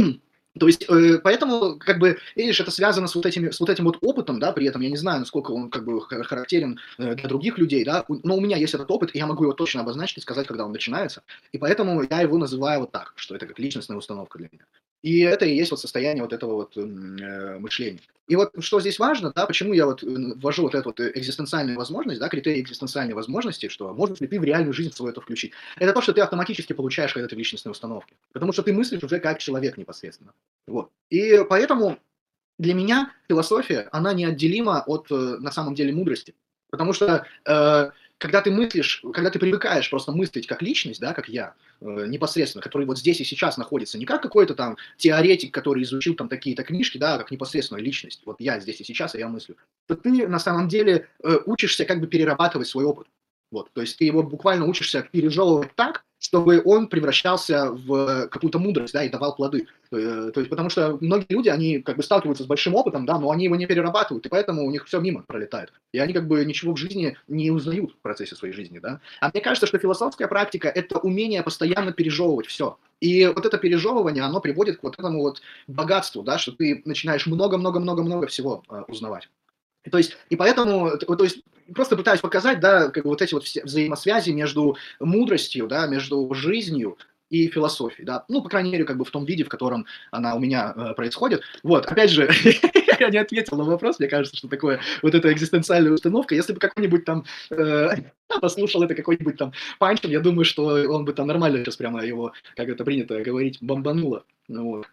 То есть, э, поэтому, как бы, видишь, это связано с вот этими, с вот этим вот опытом, да, при этом я не знаю, насколько он как бы хар- характерен э, для других людей, да, у- но у меня есть этот опыт, и я могу его точно обозначить и сказать, когда он начинается, и поэтому я его называю вот так, что это как личностная установка для меня. И это и есть вот состояние вот этого вот м, э, мышления. И вот что здесь важно, да, почему я вот э, ввожу вот эту вот э, экзистенциальную возможность, да, критерий экзистенциальной возможности, что можешь ли ты в реальную жизнь свою это включить. Это то, что ты автоматически получаешь, когда ты в личностной установке. Потому что ты мыслишь уже как человек непосредственно. Вот. И поэтому для меня философия, она неотделима от, э, на самом деле, мудрости. Потому что, э, когда ты мыслишь, когда ты привыкаешь просто мыслить как личность, да, как я, э, непосредственно, который вот здесь и сейчас находится, не как какой-то там теоретик, который изучил там такие-то книжки, да, а как непосредственная личность, вот я здесь и сейчас, и я мыслю, то ты на самом деле э, учишься как бы перерабатывать свой опыт. Вот, то есть ты его буквально учишься пережевывать так, чтобы он превращался в какую-то мудрость, да, и давал плоды. Э, то есть, потому что многие люди, они как бы сталкиваются с большим опытом, да, но они его не перерабатывают, и поэтому у них все мимо пролетает. И они как бы ничего в жизни не узнают в процессе своей жизни, да. А мне кажется, что философская практика – это умение постоянно пережевывать все. И вот это пережевывание, оно приводит к вот этому вот богатству, да, что ты начинаешь много-много-много-много всего э, узнавать. И то есть, и поэтому, т- вот, то есть, просто пытаюсь показать, да, как бы вот эти вот все взаимосвязи между мудростью, да, между жизнью и философией, да, ну, по крайней мере, как бы в том виде, в котором она у меня э, происходит. Вот, опять же, я не ответил на вопрос, мне кажется, что такое вот эта экзистенциальная установка. Если бы какой-нибудь там э, послушал это какой-нибудь там Панчин, я думаю, что он бы там нормально сейчас прямо его, как это принято говорить, бомбануло. Ну, вот.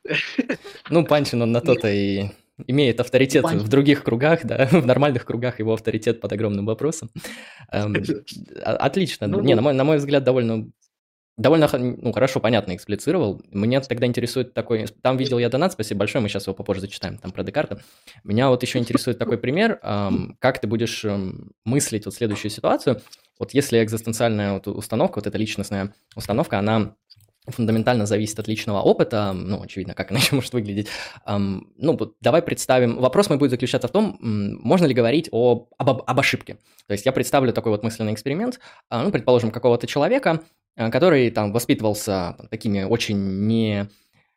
Ну, Панчин, он на Нет, то-то и имеет не авторитет в Панчин. других кругах, да, в нормальных кругах его авторитет под огромным вопросом. Эм, а- Отлично. Не, на Ну, мой, на мой взгляд, довольно довольно х- ну, хорошо, понятно эксплицировал. Меня тогда интересует такой... Там видел я донат, спасибо большое, мы сейчас его попозже зачитаем, там про Декарта. Меня вот еще интересует такой пример, ам, как ты будешь ам, мыслить вот следующую ситуацию. Вот если экзистенциальная вот установка, вот эта личностная установка, она фундаментально зависит от личного опыта, ну, очевидно, как она еще может выглядеть. Ам, ну, вот давай представим, вопрос мой будет заключаться в том, м, можно ли говорить о, об, об ошибке. То есть я представлю такой вот мысленный эксперимент, а, ну, предположим, какого-то человека, а, который там воспитывался там, такими очень не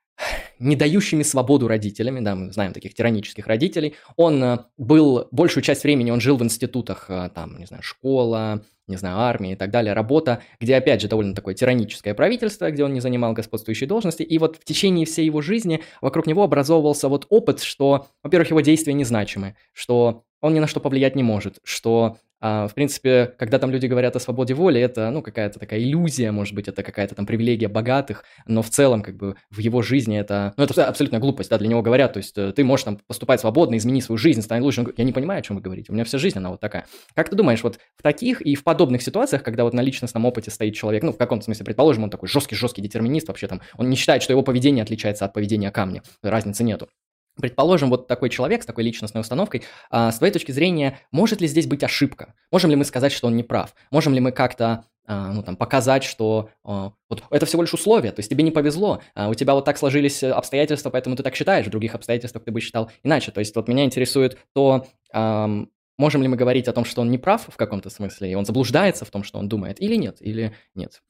не дающими свободу родителями, да, мы знаем таких тиранических родителей. Он э, был, большую часть времени он жил в институтах, э, там, не знаю, школа, не знаю, армия и так далее, работа, где, опять же, довольно такое тираническое правительство, где он не занимал господствующей должности, и вот в течение всей его жизни вокруг него образовывался вот опыт, что, во-первых, его действия незначимы, что он ни на что повлиять не может, что а, в принципе, когда там люди говорят о свободе воли, это, ну, какая-то такая иллюзия, может быть, это какая-то там привилегия богатых, но в целом, как бы, в его жизни это, ну, это абсолютная глупость, да, для него говорят, то есть э, ты можешь там поступать свободно, измени свою жизнь, стань лучше. Он говорит, я не понимаю, о чем вы говорите, у меня вся жизнь, она вот такая. Как ты думаешь, вот в таких и в подобных ситуациях, когда вот на личностном опыте стоит человек, ну, в каком-то смысле, предположим, он такой жесткий-жесткий детерминист, вообще там, он не считает, что его поведение отличается от поведения камня, разницы нету. Предположим, вот такой человек с такой личностной установкой, а, с твоей точки зрения, может ли здесь быть ошибка? Можем ли мы сказать, что он не прав? Можем ли мы как-то а, ну, там, показать, что а, вот это всего лишь условие, то есть тебе не повезло, а, у тебя вот так сложились э, обстоятельства, поэтому ты так считаешь, в других обстоятельствах ты бы считал иначе. То есть вот меня интересует то, ам, можем ли мы говорить о том, что он не прав в каком-то смысле, и он заблуждается в том, что он думает, или нет, или нет.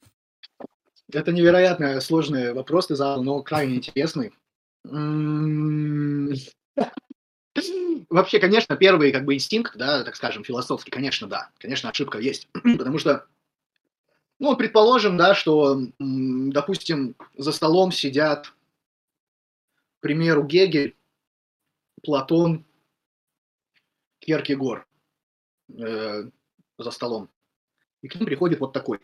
это невероятно сложный вопрос ты задал, но крайне интересный. М, Вообще, конечно, первый как бы инстинкт, да, так скажем, философский, конечно, да. Конечно, ошибка есть. Потому что, ну, вот предположим, да, что, м, допустим, за столом сидят, к примеру, Гегель, Платон, Кьеркегор э, за столом. И к ним приходит вот такой.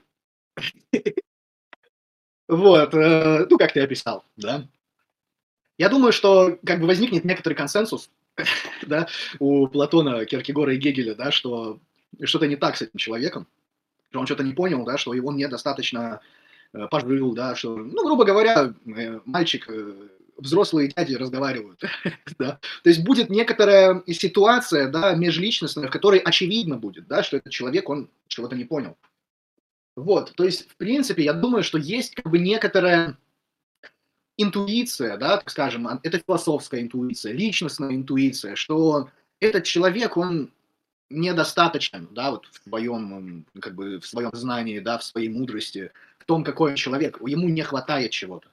Вот, э, ну, как ты описал, да. Я думаю, что как бы возникнет некоторый консенсус, да, у Платона, Кierкегора и Гегеля, да, что что-то не так с этим человеком, что он что-то не понял, да, что его недостаточно э, пожил, да, что, ну, грубо говоря, э, мальчик, э, взрослые дяди разговаривают, да. То есть будет некоторая ситуация, да, межличностная, в которой очевидно будет, да, что этот человек, он чего-то не понял. Вот, то есть, в принципе, я думаю, что есть как бы некоторая интуиция, да, так скажем, а, это философская интуиция, личностная интуиция, что этот человек, он недостаточен, да, вот в своем, м, как бы, в своем знании, да, в своей мудрости, в том, какой он человек, ему не хватает чего-то.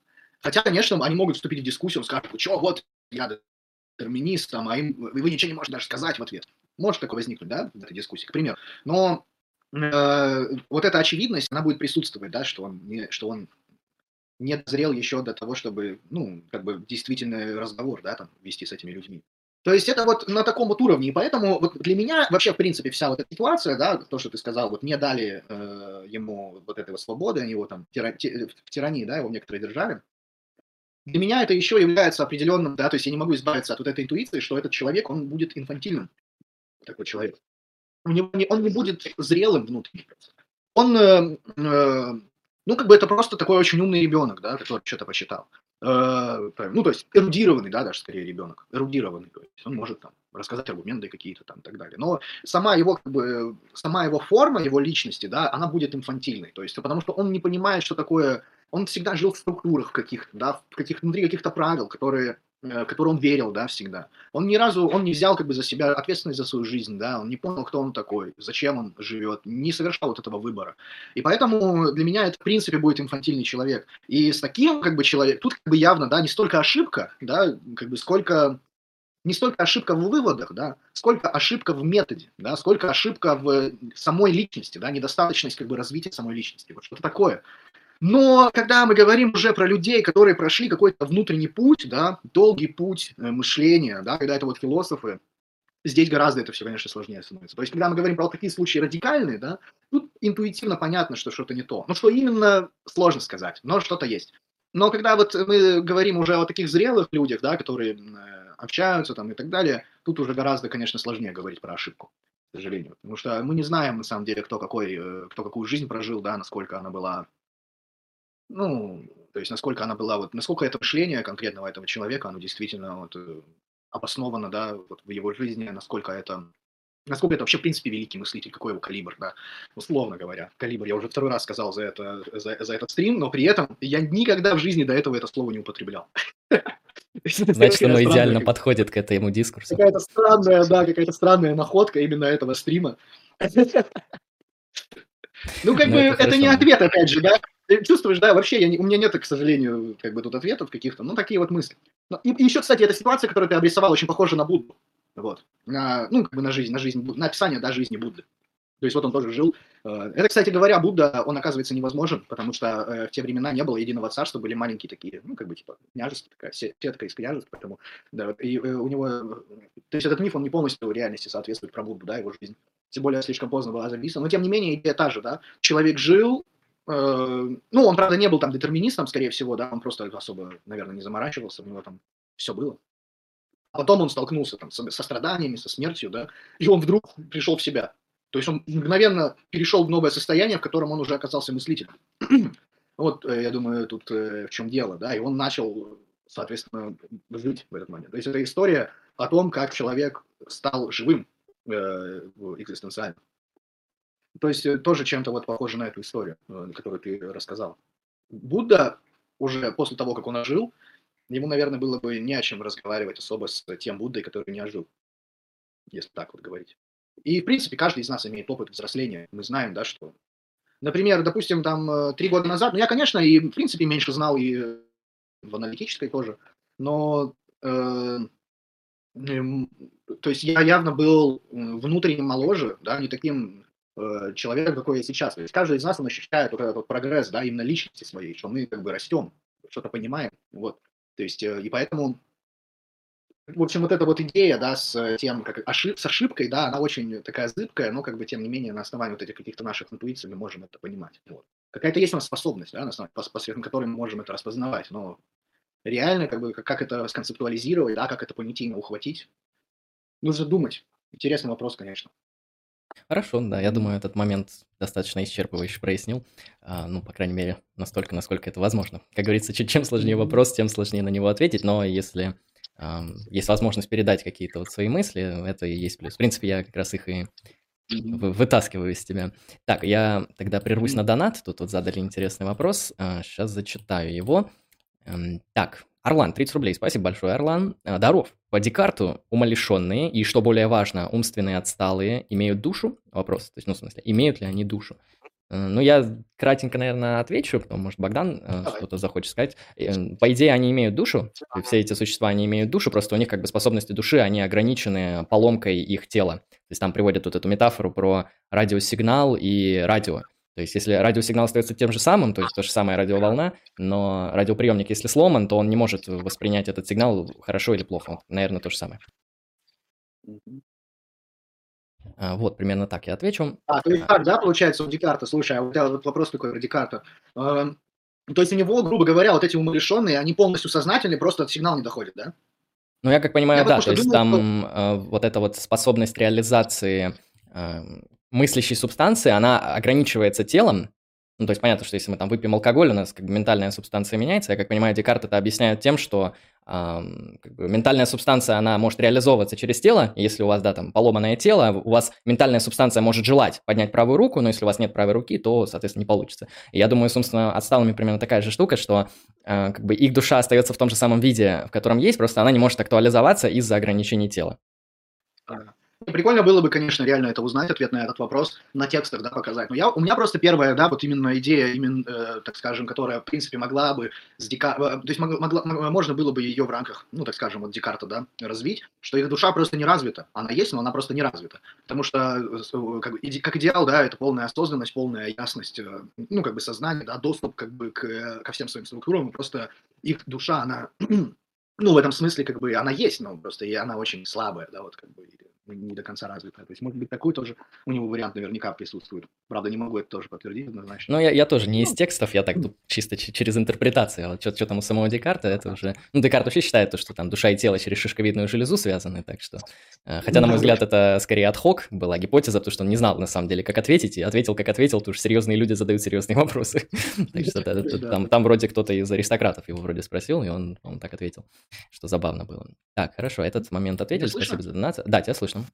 Хотя, конечно, они могут вступить в дискуссию, он скажет: "Чё, вот я детерминист, там, а им вы вы ничего не можете даже сказать в ответ". Может такое возникнуть, да, в этой дискуссии, к примеру. Но, э, вот эта очевидность, она будет присутствовать, да, что он не что он не дозрел еще до того, чтобы, ну, как бы действительный разговор, да, там, вести с этими людьми. То есть это вот на таком вот уровне. И поэтому вот для меня вообще, в принципе, вся вот эта ситуация, да, то, что ты сказал, вот не дали э, ему вот этой вот свободы, они его там тира- ти- в тирании, да, его некоторые держали. Для меня это еще является определенным, да, то есть я не могу избавиться от вот этой интуиции, что этот человек, он будет инфантильным, такой человек. У него не- он не будет зрелым внутренне. Он, э, э, ну, как бы это просто такой очень умный ребенок, да, который что-то посчитал. Э, там, ну, то есть эрудированный, да, даже скорее ребенок. Эрудированный, то есть он может там рассказать аргументы какие-то там и так далее. Но сама его, как бы, сама его форма, его личности, да, она будет инфантильной. То есть, потому что он не понимает, что такое. Он всегда жил в структурах каких-то, да, в каких внутри каких-то правил, которые, э, в которые он верил, да, всегда. Он ни разу, он не взял как бы за себя ответственность за свою жизнь, да, он не понял, кто он такой, зачем он живет, не совершал вот этого выбора. И поэтому для меня это, в принципе, будет инфантильный человек. И с таким, как бы, человек, тут, как бы, явно, да, не столько ошибка, да, как бы, сколько, не столько ошибка в выводах, да, сколько ошибка в методе, да, сколько ошибка в самой личности, да, недостаточность, как бы, развития самой личности, вот что-то такое. Но когда мы говорим уже про людей, которые прошли какой-то внутренний путь, да, долгий путь э, мышления, да, когда это вот философы, здесь гораздо это все, конечно, сложнее становится. То есть, когда мы говорим про вот такие случаи радикальные, да, тут интуитивно понятно, что что-то не то. Но что именно, сложно сказать, но что-то есть. Но когда вот мы говорим уже о таких зрелых людях, да, которые э, общаются там и так далее, тут уже гораздо, конечно, сложнее говорить про ошибку, к сожалению. Потому что мы не знаем, на самом деле, кто, какой, э, кто какую жизнь прожил, да, насколько она была, ну, то есть насколько она была, вот, насколько это мышление конкретного этого человека, оно действительно вот, э, обосновано, да, вот в его жизни, насколько это, насколько это вообще, в принципе, великий мыслитель, какой его калибр, да, условно говоря. Калибр я уже второй раз сказал за, это, за, за этот стрим, но при этом я никогда в жизни до этого это слово не употреблял. Значит, Такая оно странная, идеально подходит к этому дискурсу. какая-то странная, да, какая-то странная находка именно этого стрима. Ну, как Но бы, это это не хорошо, да. ответ, опять же, да. Ты чувствуешь, да, вообще, я не, у меня нет, к сожалению, как бы тут ответов каких-то, ну, такие вот мысли. Ну, и, и еще, кстати, эта ситуация, которую ты обрисовал, очень похожа на Будду. Вот. На, ну, как бы на жизнь, на жизнь, Буд- на описание, да, жизни Будды. То есть вот он тоже жил. Э, Это, кстати говоря, Будда, он оказывается невозможен, потому что э, в те времена не было единого царства, были маленькие такие, ну, как бы, типа, княжество, такая се- сетка из княжеств, поэтому, да, вот, и э, у него, э, то есть этот миф, он не полностью реальности соответствует про Будду, да, его жизнь. Тем более слишком поздно была записана, но тем не менее идея та же, да. Человек жил, э, ну, он, правда, не был там детерминистом, скорее всего, да, он просто особо, наверное, не заморачивался, у него там все было. А потом он столкнулся там со, со страданиями, со смертью, да, и он вдруг пришел в себя. То есть он мгновенно перешел в новое состояние, в котором он уже оказался мыслителем. Вот, э, я думаю, тут э, в чем дело, да, и он начал, соответственно, жить в этот момент. То есть это история о том, как человек стал живым э, экзистенциально. То есть э, тоже чем-то вот похоже на эту историю, э, которую ты рассказал. Будда уже после того, как он ожил, ему, наверное, было бы не о чем разговаривать особо с тем Буддой, который не ожил, если так вот говорить. И, в принципе, каждый из нас имеет опыт взросления. Мы знаем, да, что, например, допустим, там э, три года назад, ну, я, конечно, и, в принципе, меньше знал и э, в аналитической тоже, но, э, м, то есть я явно был м, внутренне моложе, да, не таким э, человеком, какой я сейчас. То есть каждый из нас, он ощущает вот этот вот прогресс, да, именно личности своей, что мы как бы растем, что-то понимаем, вот. То есть, э, и поэтому в общем, вот эта вот идея, да, с э, тем, как ошиб с ошибкой, да, она очень такая зыбкая, но как бы тем не менее на основании вот этих каких-то наших интуиций мы можем это понимать. Вот. Какая-то есть у нас способность, да, на основе, пос- посредством которой мы можем это распознавать, но реально, как бы, как, как это сконцептуализировать, да, как это понятийно ухватить, нужно думать. Интересный вопрос, конечно. Хорошо, да, я думаю, этот момент достаточно исчерпывающе прояснил. А, ну, по крайней мере, настолько, насколько это возможно. Как говорится, чуть чем сложнее Мгм. вопрос, тем сложнее на него ответить, но если ам, есть возможность передать какие-то вот свои мысли, это и есть плюс. В принципе, я как раз их и Мгм. вы- вытаскиваю из тебя. Так, я тогда прервусь Мгм. на донат. Тут вот задали интересный вопрос. Сейчас зачитаю его. Эм, Так, Орлан, тридцать рублей. Спасибо большое, Орлан. А, Даров. По Декарту умалишенные и, что более важно, умственные отсталые имеют душу? Вопрос. То есть, ну, в смысле, имеют ли они душу? Э, ну, я кратенько, наверное, отвечу, потом, может, Богдан э, Давай. что-то захочет сказать. Э, По идее, они имеют душу, и все эти существа, они имеют душу, просто у них как бы способности души, они ограничены поломкой их тела. То есть там приводят вот эту метафору про радиосигнал и радио. То есть если радиосигнал остается тем же самым, то есть то же самое радиоволна, но радиоприемник, если сломан, то он не может воспринять этот сигнал хорошо или плохо. Вот, наверное, то же самое. Мгм. А, Вот, примерно так я отвечу. А, то есть так, да, получается, у Декарта? Слушай, а у тебя вот вопрос такой про Декарта. Эм, то есть у него, грубо говоря, вот эти умалишенные, они полностью сознательны, просто этот сигнал не доходит, да? Ну, я как Я понимаю, да, потому то что есть думал, что... там э, вот эта вот способность реализации э, мыслящей субстанции, она ограничивается телом. Ну, то есть понятно, что если мы там выпьем алкоголь, у нас как бы ментальная субстанция меняется. Я как понимаю, Декарт это объясняет тем, что ам, как бы ментальная субстанция, она может реализовываться через тело. И если у вас, да, там поломанное тело, у вас ментальная субстанция может желать поднять правую руку, но если у вас нет правой руки, то, соответственно, не получится. И я думаю, собственно, отсталыми примерно такая же штука, что э, как бы их душа остается в том же самом виде, в котором есть, просто она не может актуализоваться из-за ограничений тела. Ага. Ну, прикольно было бы, конечно, реально это узнать, ответ на этот вопрос, на текстах, да, показать. Но я, у меня просто первая, да, вот именно идея, именно, э, так скажем, которая, в принципе, могла бы с Дека... э, то есть могла, могла- м- можно было бы ее в рамках, ну, так скажем, вот Декарта, да, развить, что их душа просто не развита. Она есть, но она просто не развита. Потому что, э, с- э, как, бы, иде- как идеал, да, это полная осознанность, полная ясность, э, ну, как бы сознание, да, доступ, как бы, к, э, ко всем своим структурам, и просто их душа, она, ну, в этом смысле, как бы, она есть, но просто и она очень слабая, да, вот, как бы, или не до конца развитая. То есть, может быть, такой тоже у него вариант наверняка присутствует. Правда, не могу это тоже подтвердить однозначно. Ну, я, я тоже не из Ну, текстов, я так тут чисто ч- через интерпретацию. А вот что, там у самого Декарта, это уже... Ну, Декарт вообще считает то, что там душа и тело через шишковидную железу связаны, так что... э, Хотя, на мой да, взгляд, это скорее адхок была гипотеза, потому что он не знал, на самом деле, как ответить, и ответил, как ответил, потому что серьезные люди задают серьезные вопросы. Так что да, да, да. там, там вроде кто-то из аристократов его вроде спросил, и он, он так ответил, что забавно было. Так, хорошо, этот момент Меня ответили, слышно? спасибо за донат. Да, тебя слышно.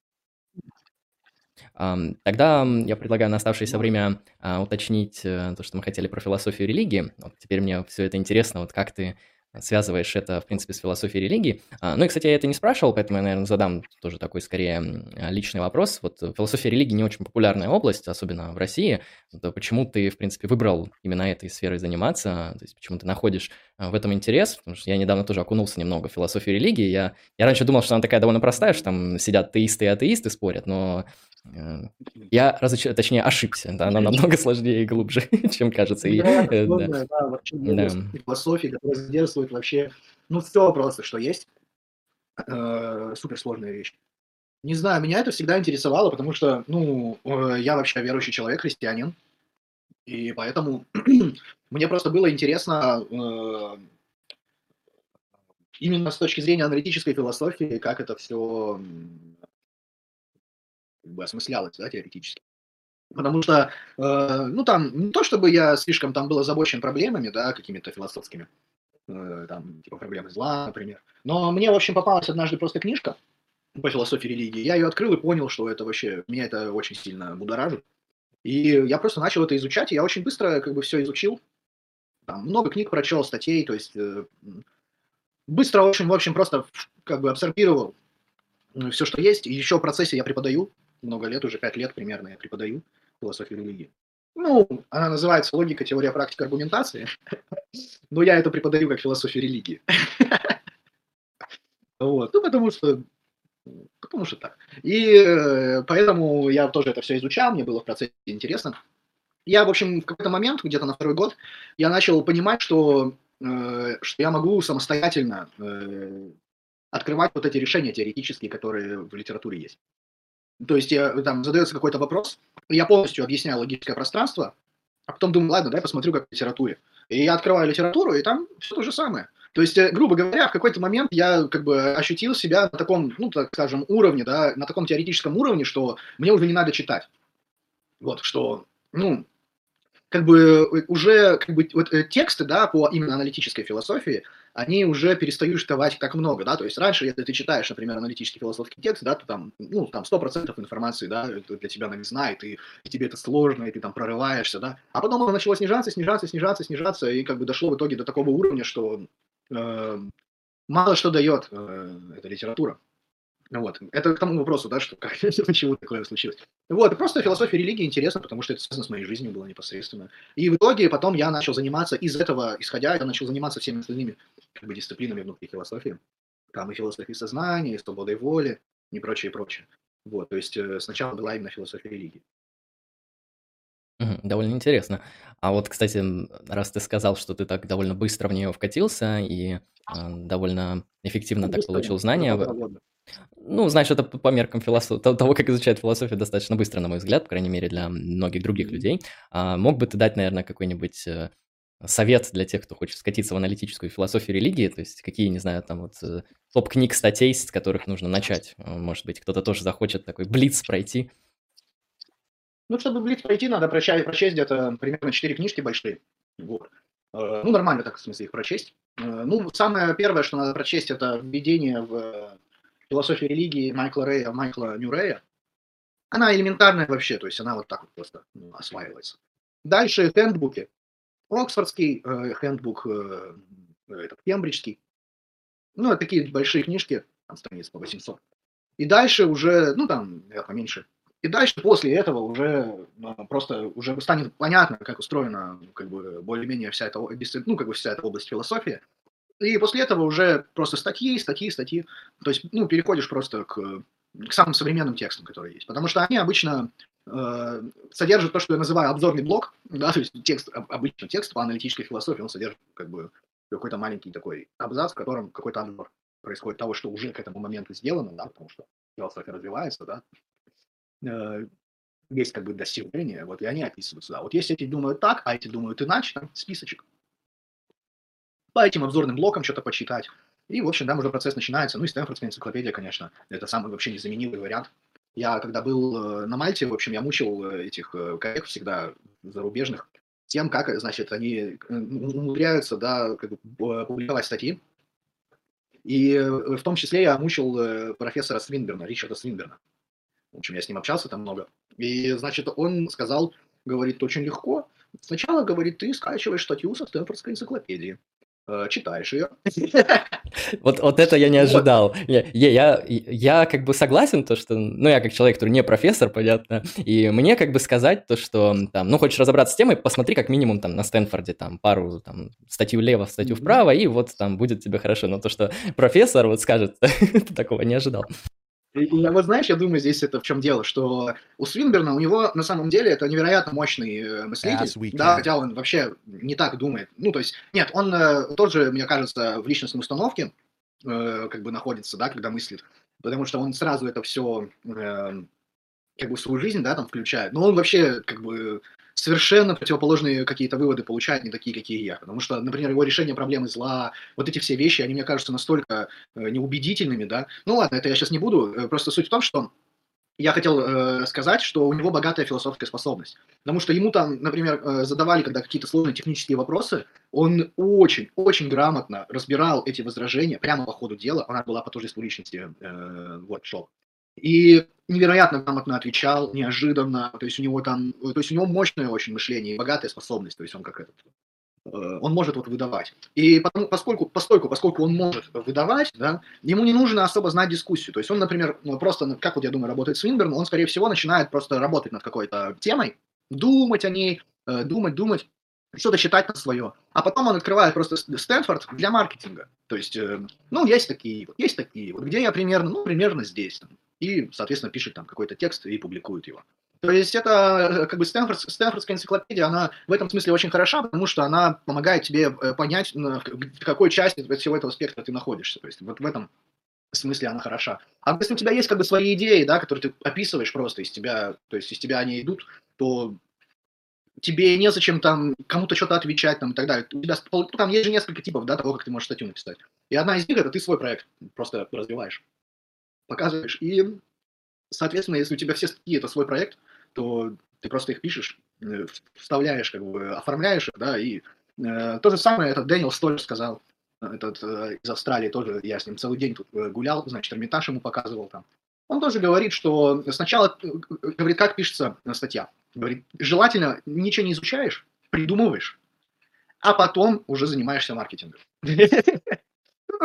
Ам, Тогда м, я предлагаю на оставшееся Нормально. время а, уточнить э, то, что мы хотели про философию религии. Вот теперь мне все это интересно, вот как ты связываешь это, в принципе, с философией религии. А, Ну и, кстати, я это не спрашивал, поэтому я, наверное, задам тоже такой, скорее, м, а, личный вопрос. Вот э, философия религии не очень популярная область, особенно в России. Вот, а почему ты, в принципе, выбрал именно этой сферой заниматься? То есть почему ты находишь а, в этом интерес? Потому что я недавно тоже окунулся немного в философию религии. Я, я раньше думал, что она такая довольно простая, что там сидят теисты и атеисты спорят, но Э, я разоч точнее, ошибся. Да, она намного сложнее и глубже, чем кажется. И, Невероятно э, да, сложная, да, вообще да. область философии, которая задействует вообще, ну, все просто, что есть. Э, суперсложная вещь. Не знаю, меня это всегда интересовало, потому что, ну, э, я вообще верующий человек, христианин, и поэтому мне просто было интересно, э, именно с точки зрения аналитической философии, как это все как бы осмыслялось, да, теоретически. Потому что, э, ну, там, не то чтобы я слишком там был озабочен проблемами, да, какими-то философскими, э, там, типа проблемы зла, например. Но мне, в общем, попалась однажды просто книжка по философии религии. Я ее открыл и понял, что это вообще, меня это очень сильно будоражит. И я просто начал это изучать, и я очень быстро как бы все изучил. Там много книг прочел, статей, то есть э, м, быстро, в общем, в общем, просто как бы абсорбировал все, что есть. И еще в процессе я преподаю, много лет, уже пять лет примерно я преподаю философию религии. Ну, она называется «Логика, теория, практика, аргументации», но я это преподаю как философию религии. Вот. Ну, потому что, потому что так. И э, поэтому я тоже это все изучал, мне было в процессе интересно. Я, в общем, в какой-то момент, где-то на второй год, я начал понимать, что, э, что я могу самостоятельно э, открывать вот эти решения теоретические, которые в литературе есть. То есть я, там задается какой-то вопрос, я полностью объясняю логическое пространство, а потом думаю, ладно, дай посмотрю, как в литературе. И я открываю литературу, и там все то же самое. То есть, э, грубо говоря, в какой-то момент я как бы ощутил себя на таком, ну, так скажем, уровне, да, на таком теоретическом уровне, что мне уже не надо читать. Вот, что, ну, как бы э, уже как бы вот э, тексты, да, по именно аналитической философии, они уже перестают давать так много, да, то есть раньше, если ты читаешь, например, аналитический философский текст, да, то там, ну, там сто процентов информации, да, это для тебя новизна, и, ты, и тебе это сложно, и ты там прорываешься, да, а потом оно начало снижаться, снижаться, снижаться, снижаться, и как бы дошло в итоге до такого уровня, что э, мало что дает э, эта литература. Вот. Это к тому вопросу, да, что как, почему такое случилось. Вот, и просто философия религии интересна, потому что это связано с моей жизнью было непосредственно. И в итоге потом я начал заниматься, из этого исходя, я начал заниматься всеми остальными как бы, дисциплинами внутри философии. Там и философией сознания, и свободой воли, и прочее, и прочее. Вот, то есть э, сначала была именно философия религии. Мгм. Довольно интересно. А вот, кстати, м, раз ты сказал, что ты так довольно быстро в нее вкатился и а, довольно эффективно Ну, так быстро, получил за знания, полтора в- года. ну, знаешь, это п- по меркам философ... то- того, как изучают философию, достаточно быстро, на мой взгляд, по крайней мере, для многих других Мгм. людей. А мог бы ты дать, наверное, какой-нибудь э, совет для тех, кто хочет скатиться в аналитическую философию религии? То есть какие, не знаю, там вот э, топ книг, статей, с которых нужно начать? Э, Может быть, кто-то тоже захочет такой блиц пройти. Ну, чтобы Блиц пройти, надо прочесть, прочесть где-то примерно четыре книжки большие. Вот. Э, Ну, нормально так, в смысле, их прочесть. Э, Ну, самое первое, что надо прочесть, это введение в э, философию религии Майкла Рэя, Майкла Ньюрея. Она элементарная вообще, то есть она вот так вот просто ну, осваивается. Дальше хендбуки. Оксфордский э, хендбук, э, этот, кембриджский. Ну, это такие большие книжки, там страниц по восемьсот. И дальше уже, ну там, я поменьше. И дальше после этого уже ну, просто уже станет понятно, как устроена ну, как бы более-менее вся эта, о- дисци- ну, как бы вся эта область философии. И после этого уже просто статьи, статьи, статьи. То есть, ну, переходишь просто к, к самым современным текстам, которые есть. Потому что они обычно э, содержат то, что я называю обзорный блок. Да, то есть текст, об- обычно текст по аналитической философии, он содержит как бы какой-то маленький такой абзац, в котором какой-то обзор происходит того, что уже к этому моменту сделано, да, потому что философия развивается, да, э, есть как бы достижения, вот, и они описываются, да. Вот если эти думают так, а эти думают иначе, там списочек, по этим обзорным блокам что-то почитать. И, в общем, там уже процесс начинается. Ну и Стэнфордская энциклопедия, конечно, это самый вообще незаменимый вариант. Я когда был э, на Мальте, в общем, я мучил э, этих э, коллег всегда зарубежных тем, как, э, значит, они э, умудряются, да, как бы, э, публиковать статьи. И э, в том числе я мучил э, профессора Свинберна, Ричарда Свинберна. В общем, я с ним общался там много. И, значит, он сказал, говорит, очень легко. Сначала, говорит, ты скачиваешь статью со Стэнфордской энциклопедии, э, читаешь ее. Вот, вот это я не Вот. ожидал. Я, я, я, я как бы согласен, то, что, ну, я как человек, который не профессор, понятно, и мне как бы сказать то, что, там, ну, хочешь разобраться с темой, посмотри как минимум там на Стэнфорде, там, пару, там, статью влево, статью Мгм. вправо, и вот там будет тебе хорошо. Но то, что профессор вот скажет, такого не ожидал. И, и вот знаешь, я думаю, здесь это в чем дело, что у Свинберна, у него на самом деле это невероятно мощный э, мыслитель, As we да, can. хотя он вообще не так думает. Ну, то есть, нет, он э, тоже, мне кажется, в личностной установке э, как бы находится, да, когда мыслит, потому что он сразу это все как бы в свою жизнь, да, там включает, но он вообще как бы совершенно противоположные какие-то выводы получает, не такие, какие я. Потому что, например, его решение проблемы зла, вот эти все вещи, они мне кажутся настолько э, неубедительными, да. Ну ладно, это я сейчас не буду. Э, Просто суть в том, что я хотел э, сказать, что у него богатая философская способность. Потому что ему там, например, э, задавали, когда какие-то сложные технические вопросы, он очень-очень грамотно разбирал эти возражения прямо по ходу дела. Она была по тождеству личности э, воркшоп. И невероятно грамотно отвечал, неожиданно. То есть у него там, э, то есть у него мощное очень мышление и богатая способность. То есть он как этот, э, он может вот выдавать. И потому, поскольку, постольку, поскольку он может выдавать, да, ему не нужно особо знать дискуссию. То есть он, например, ну, просто, ну, как вот я думаю, работает Свинберн, он, скорее всего, начинает просто работать над какой-то темой, думать о ней, э, думать, думать, что-то читать на свое. А потом он открывает просто С- Стэнфорд для маркетинга. То есть, э, ну, есть такие, вот, есть такие, вот где я примерно, ну, примерно здесь. Там. И, соответственно, пишет там какой-то текст и публикует его. То есть это э, как бы Стэнфорд, Стэнфордская энциклопедия, она в этом смысле очень хороша, потому что она помогает тебе э, понять, на- в какой части всего этого спектра ты находишься. То есть вот в этом смысле она хороша. А если у тебя есть как бы свои идеи, да, которые ты описываешь просто из тебя, то есть из тебя они идут, то тебе незачем там кому-то что-то отвечать там и так далее. У тебя, ну, там есть же несколько типов, да, того, как ты можешь статью написать. И одна из них это ты свой проект просто развиваешь, показываешь. И соответственно, если у тебя все статьи это свой проект, то ты просто их пишешь, э, вставляешь, как бы оформляешь их, да, и э, то же самое этот Дэниел Столь сказал, этот э, из Австралии тоже, я с ним целый день тут э, гулял, значит, Эрмитаж ему показывал там. Он тоже говорит, что сначала, э, говорит, как пишется э, статья. Говорит, желательно ничего не изучаешь, придумываешь, а потом уже занимаешься маркетингом. Ну, то есть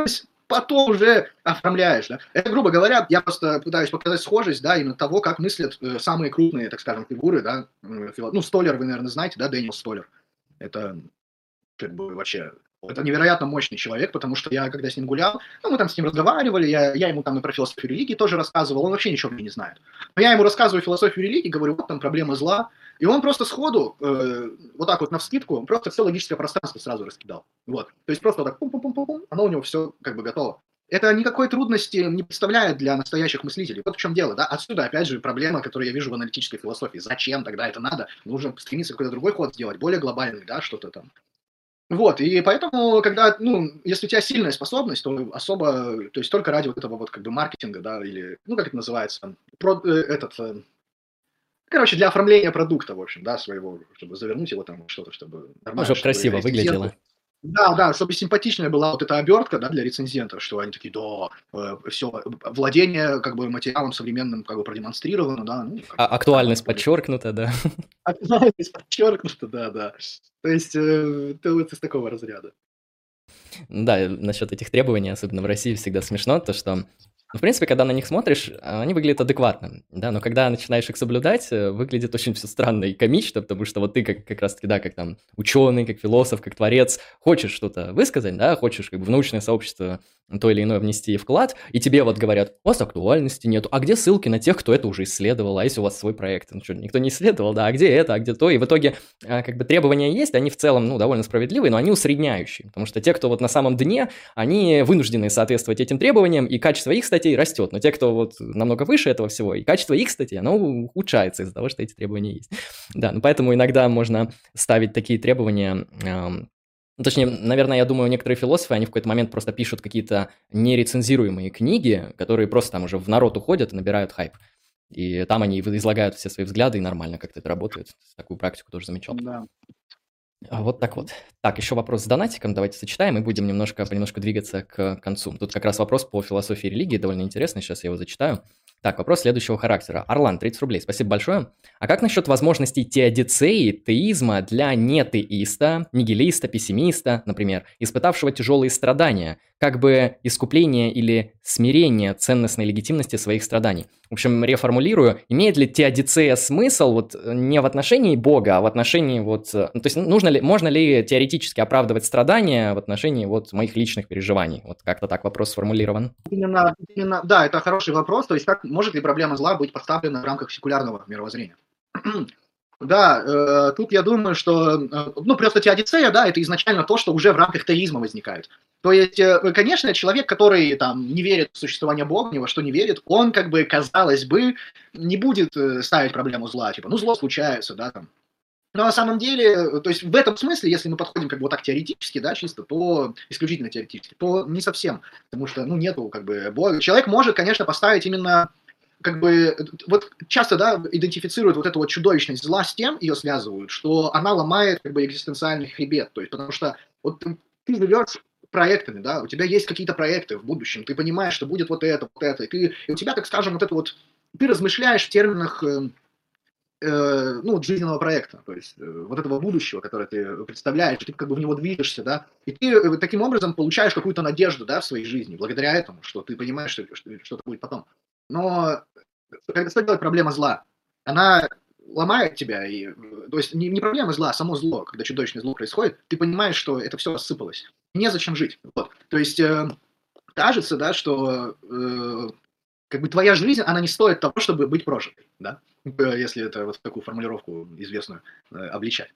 потом уже оформляешь, да. Это, грубо говоря, я просто пытаюсь показать схожесть, да, именно того, как мыслят э, самые крупные, так скажем, фигуры, да, э, фило- ну, Столер, вы, наверное, знаете, да, Дэниел Столер. Это как бы вообще, это невероятно мощный человек, потому что я, когда с ним гулял, ну, мы там с ним разговаривали, я, я ему там и про философию религии тоже рассказывал, он вообще ничего мне не знает. Но я ему рассказываю философию религии, говорю, вот там проблема зла, и он просто сходу, э, вот так вот навскидку, он просто все логическое пространство сразу раскидал. Вот. То есть просто вот так пум-пум-пум-пум, оно у него все как бы готово. Это никакой трудности не представляет для настоящих мыслителей. Вот в чем дело, да? Отсюда, опять же, проблема, которую я вижу в аналитической философии. Зачем тогда это надо? Нужно стремиться какой-то другой ход сделать, более глобальный, да, что-то там. Вот, и поэтому, когда, ну, если у тебя сильная способность, то особо, то есть только ради вот этого вот как бы маркетинга, да, или, ну, как это называется, там, про, э, этот, э, короче, для оформления продукта, в общем, да, своего, чтобы завернуть его там во что-то, чтобы Ну, нормально, чтобы чтобы красиво рецензенты, выглядело. да, да, чтобы симпатичная была вот эта обертка, да, для рецензентов, что они такие, да, все, владение как бы материалом современным как бы продемонстрировано, да, ну, как А бы актуальность нормально. подчеркнута, да. Актуальность подчеркнута, да, да. То есть, э, это вот из такого разряда. Да, насчет этих требований, особенно в России, всегда смешно, то что, ну, в принципе, когда на них смотришь, а, они выглядят адекватно, да, но когда начинаешь их соблюдать, э, выглядит очень все странно и комично, потому что вот ты как, как раз-таки, да, как там ученый, как философ, как творец, хочешь что-то высказать, да, хочешь как бы в научное сообщество то или иное внести вклад, и тебе вот говорят, у вас актуальности нету, а где ссылки на тех, кто это уже исследовал, а если у вас свой проект? Ну что, никто не исследовал, да, а где это, а где то, и в итоге а, как бы требования есть, они в целом, ну, довольно справедливые, но они усредняющие, потому что те, кто вот на самом дне, они вынуждены соответствовать этим требованиям, и качество их статей растет, но те, кто вот намного выше этого всего, и качество их статей, оно ухудшается из-за того, что эти требования есть. Да, ну поэтому иногда можно ставить такие требования, эм, ну, точнее, наверное, я думаю, некоторые философы, они в какой-то момент просто пишут какие-то нерецензируемые книги, которые просто там уже в народ уходят и набирают хайп. И там они излагают все свои взгляды, и нормально как-то это работает. Такую практику тоже замечал. Да. А вот так вот. Так, еще вопрос с донатиком. Давайте сочетаем и будем немножко, понемножку двигаться к концу. Тут как раз вопрос по философии религии, довольно интересный. Сейчас я его зачитаю. Так, вопрос следующего характера. Орлан, тридцать рублей. Спасибо большое. А как насчет возможностей теодицеи, теизма для нетеиста, нигилиста, пессимиста, например, испытавшего тяжелые страдания, как бы искупление или смирение ценностной легитимности своих страданий? В общем, реформулирую, имеет ли теодицея смысл вот не в отношении Бога, а в отношении вот... Ну, то есть нужно ли, можно ли теоретически оправдывать страдания в отношении вот моих личных переживаний? Вот как-то так вопрос сформулирован. Именно, именно, да, это хороший вопрос. То есть, как может ли проблема зла быть поставлена в рамках секулярного мировоззрения? Да, э, тут я думаю, что, э, ну, просто теодицея, да, это изначально то, что уже в рамках теизма возникает. То есть, э, конечно, человек, который там не верит в существование Бога, ни во что не верит, он, как бы, казалось бы, не будет э, ставить проблему зла, типа, ну, зло случается, да, там. Но на самом деле, э, то есть в этом смысле, если мы подходим как бы вот так теоретически, да, чисто, то исключительно теоретически, то не совсем, потому что, ну, нету как бы Бога. Человек может, конечно, поставить именно как бы, вот часто, да, идентифицируют вот эту вот чудовищность зла с тем, ее связывают, что она ломает как бы экзистенциальный хребет, то есть потому что вот ты, ты живешь проектами, да, у тебя есть какие-то проекты в будущем, ты понимаешь, что будет вот это, вот это, и, ты, и у тебя, так скажем, вот это вот, ты размышляешь в терминах, э, э, ну, жизненного проекта, то есть э, вот этого будущего, которое ты представляешь, ты как бы в него движешься, да, и ты э, таким образом получаешь какую-то надежду, да, в своей жизни, благодаря этому, что ты понимаешь, что, что, что-то будет потом. Но когда что делает проблема зла? Она ломает тебя, и, то есть не, не проблема зла, а само зло, когда чудовищное зло происходит, ты понимаешь, что это все рассыпалось, незачем жить. Вот. То есть э, кажется, да, что э, как бы твоя жизнь, она не стоит того, чтобы быть прожитой, да, если это вот такую формулировку известную э, обличать.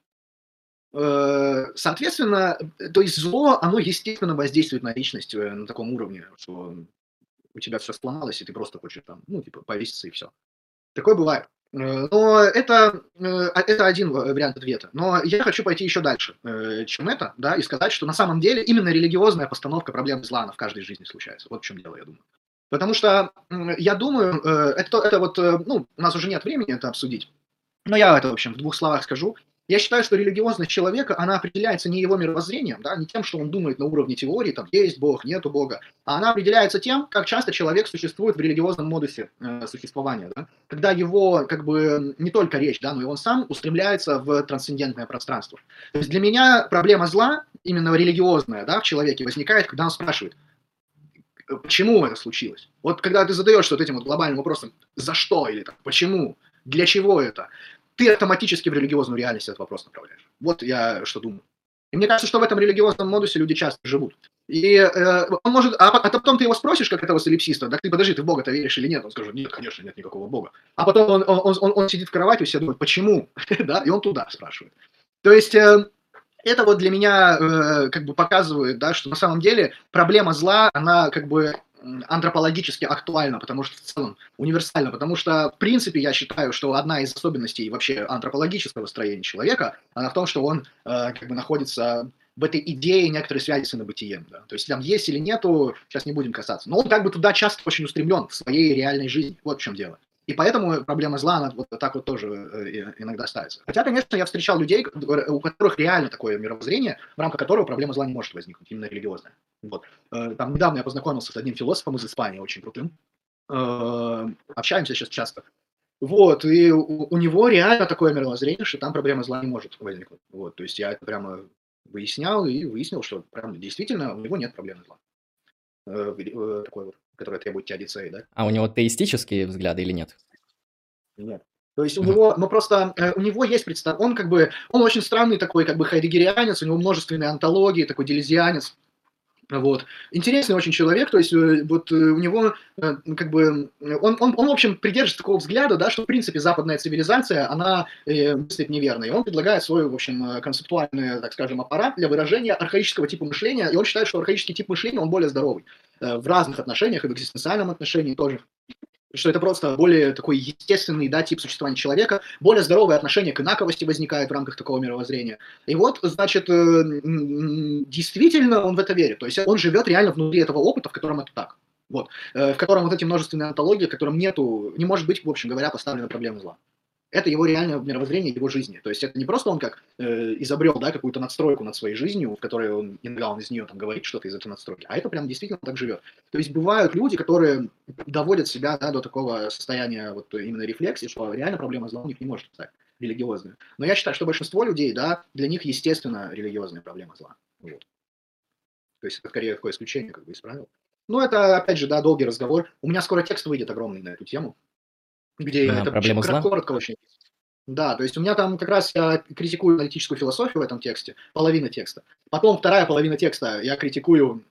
Э, Соответственно, то есть зло, оно естественно воздействует на личность э, на таком уровне, что у тебя все сломалось, и ты просто хочешь там, ну, типа, повеситься и все. Такое бывает. Э, Но это, э, это один ва- вариант ответа. Но я хочу пойти еще дальше, э, чем это, да, и сказать, что на самом деле именно религиозная постановка проблемы зла, она в каждой жизни случается. Вот в чем дело, я думаю. Потому что м, я думаю, э, это, то- это вот, э, ну, у нас уже нет времени это обсудить, но я это, в общем, в двух словах скажу. Я считаю, что религиозность человека, она определяется не его мировоззрением, да, не тем, что он думает на уровне теории, там, есть Бог, нету Бога, а она определяется тем, как часто человек существует в религиозном модусе э, существования, да, когда его, как бы, не только речь, да, но и он сам устремляется в трансцендентное пространство. То есть для меня проблема зла, именно религиозная, да, в человеке возникает, когда он спрашивает, почему это случилось. Вот когда ты задаешь вот этим вот глобальным вопросом, за что или там, почему, для чего это, ты автоматически в религиозную реальность этот вопрос направляешь. Вот я что думаю. И мне кажется, что в этом религиозном модусе люди часто живут. И э, он может, а, а потом ты его спросишь, как этого солипсиста, да ты подожди, ты в Бога-то веришь или нет? Он скажет, нет, конечно, нет никакого Бога. А потом он, он, он, он сидит в кровати, все думают, почему? Да, и он туда спрашивает. То есть э, это вот для меня э, как бы показывает, да, что на самом деле проблема зла, она как бы антропологически актуальна, потому что в целом универсальна, потому что в принципе я считаю, что одна из особенностей вообще антропологического строения человека, она в том, что он э, как бы находится в этой идее некоторой связи с инобытием. Да. То есть там есть или нету, сейчас не будем касаться. Но он как бы туда часто очень устремлен в своей реальной жизни. Вот в чем дело. И поэтому проблема зла, она вот так вот тоже э, иногда ставится. Хотя, конечно, я встречал людей, у которых реально такое мировоззрение, в рамках которого проблема зла не может возникнуть, именно религиозная. Вот. Э, там недавно я познакомился с одним философом из Испании, очень крутым. Э, общаемся сейчас часто. Вот, и у, у него реально такое мировоззрение, что там проблема зла не может возникнуть. Вот, то есть я это прямо выяснял и выяснил, что прям действительно у него нет проблемы зла. Э, э, такой вот, которая требует теодицеи, да. А у него теистические взгляды или нет? Нет. То есть у него, ну просто э, у него есть представление, он как бы, он очень странный такой, как бы хайдеггерианец, у него множественные антологии, такой делезианец. Вот. Интересный очень человек, то есть э, вот э, у него э, как бы, он, он, он в общем придерживается такого взгляда, да, что в принципе западная цивилизация, она э, мыслит неверно, и он предлагает свой, в общем, концептуальный, так скажем, аппарат для выражения архаического типа мышления, и он считает, что архаический тип мышления, он более здоровый э, в разных отношениях, и в экзистенциальном отношении тоже. Что это просто более такой естественный, да, тип существования человека, более здоровое отношение к инаковости возникает в рамках такого мировоззрения. И вот, значит, действительно он в это верит. То есть он живет реально внутри этого опыта, в котором это так. Вот. В котором вот эти множественные антологии, в котором нету, не может быть, в общем говоря, поставлена проблема зла. Это его реальное мировоззрение его жизни. То есть это не просто он как э, изобрел, да, какую-то надстройку над своей жизнью, в которой он, иногда он из нее там говорит что-то из этой надстройки, а это прям действительно так живет. То есть бывают люди, которые доводят себя, да, до такого состояния вот именно рефлексии, что реально проблема зла у них не может стать религиозной. Но я считаю, что большинство людей, да, для них естественно религиозная проблема зла. Вот. То есть это скорее такое исключение, как бы из правил. Но это, опять же, да, долгий разговор. У меня скоро текст выйдет огромный на эту тему, где я На это проблему зла? коротко очень. Да, то есть у меня там как раз я критикую аналитическую философию в этом тексте, половина текста. Потом вторая половина текста я критикую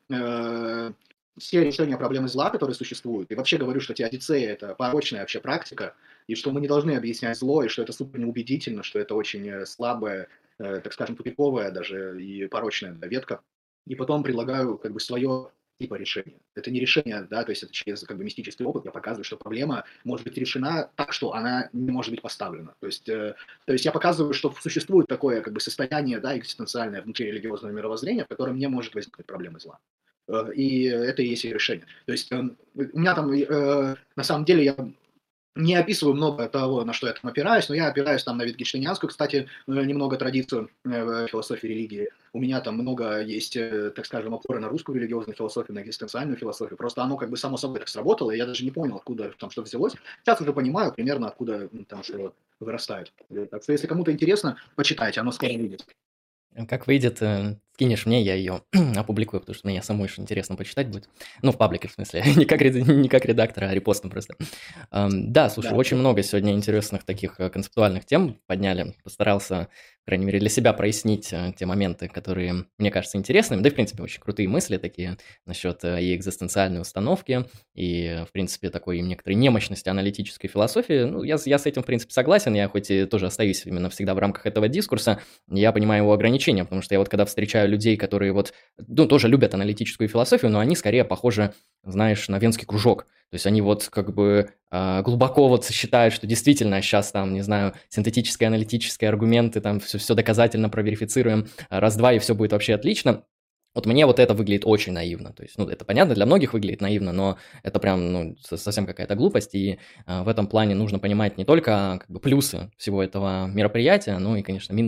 э, все решения проблемы зла, которые существуют. И вообще говорю, что теодицея – это порочная вообще практика, и что мы не должны объяснять зло, и что это супер неубедительно, что это очень слабая, э, так скажем, тупиковая даже и порочная да, ветка. И потом предлагаю как бы свое типа решения. Это не решение, да, то есть это через как бы мистический опыт я показываю, что проблема может быть решена так, что она не может быть поставлена. То есть, э, то есть я показываю, что существует такое как бы состояние, да, экзистенциальное внутри религиозного мировоззрения, в котором не может возникнуть проблемы зла. Э, и это и есть и решение. То есть э, у меня там, э, на самом деле, я не описываю много того, на что я там опираюсь, но я опираюсь там на витгенштейнианскую, кстати, немного традицию в философии религии. У меня там много есть, так скажем, опоры на русскую религиозную философию, на экзистенциальную философию. Просто оно как бы само собой так сработало, и я даже не понял, откуда там что взялось. Сейчас уже понимаю примерно, откуда там что вырастает. Так что, если кому-то интересно, почитайте, оно скоро выйдет. Как выйдет, э, скинешь мне, я ее опубликую, потому что мне самой очень интересно почитать будет. Ну, в паблике, в смысле, не как, не как редактор, а репостом просто. Um, да, слушай, да, очень да. много сегодня интересных таких концептуальных тем подняли. Постарался, по крайней мере, для себя прояснить те моменты, которые мне кажутся интересными. Да и, в принципе, очень крутые мысли такие насчет и экзистенциальной установки, и, в принципе, такой некоторой немощности аналитической философии. Ну, я, я с этим, в принципе, согласен. Я хоть и тоже остаюсь именно всегда в рамках этого дискурса, я понимаю его ограничения, потому что я вот когда встречаю людей, которые вот, ну, тоже любят аналитическую философию, но они скорее похожи, знаешь, на венский кружок. То есть они вот как бы э, глубоко вот считают, что действительно сейчас там, не знаю, синтетические, аналитические аргументы, там все, все доказательно проверифицируем, раз-два, и все будет вообще отлично. Вот мне вот это выглядит очень наивно. То есть, ну, это понятно, для многих выглядит наивно, но это прям, ну, совсем какая-то глупость, и э, в этом плане нужно понимать не только как бы плюсы всего этого мероприятия, но и, конечно, минусы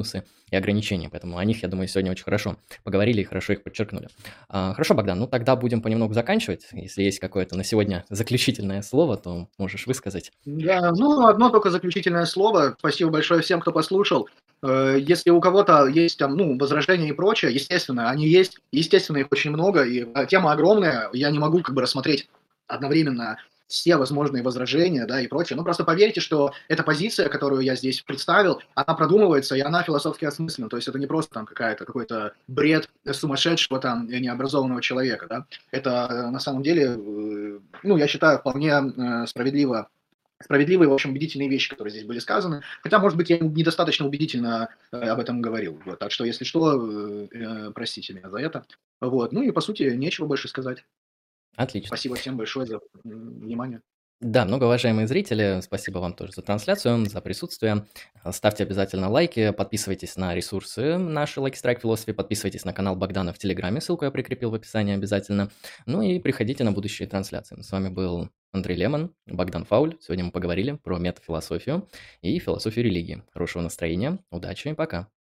и ограничения. Поэтому о них, я думаю, сегодня очень хорошо поговорили и хорошо их подчеркнули. А, Хорошо, Богдан, ну тогда будем понемногу заканчивать. Если есть какое-то на сегодня заключительное слово, то можешь высказать. Да, ну, одно только заключительное слово. Спасибо большое всем, кто послушал. Э, Если у кого-то есть там, ну, возражения и прочее, естественно, они есть. Естественно, их очень много, и э, тема огромная. Я не могу как бы рассмотреть одновременно все возможные возражения, да, и прочее. Ну, просто поверьте, что эта позиция, которую я здесь представил, она продумывается, и она философски осмыслена. То есть это не просто там какая-то, какой-то бред сумасшедшего там необразованного человека, да. Это э, на самом деле, э, ну, я считаю, вполне э, справедливо справедливые, в общем, убедительные вещи, которые здесь были сказаны. Хотя, может быть, я недостаточно убедительно э, об этом говорил. Вот. Так что, если что, э, э, простите меня за это. Вот. Ну и, по сути, нечего больше сказать. Отлично. Спасибо всем большое за м, внимание. Да, многоуважаемые зрители, спасибо вам тоже за трансляцию, за присутствие. А, Ставьте обязательно лайки, подписывайтесь на ресурсы наши Like Strike Philosophy, подписывайтесь на канал Богдана в Телеграме, ссылку я прикрепил в описании обязательно. Ну и приходите на будущие трансляции. С вами был Андрей Лемон, Богдан Фауль. Сегодня мы поговорили про метафилософию и философию религии. Хорошего настроения, удачи и пока.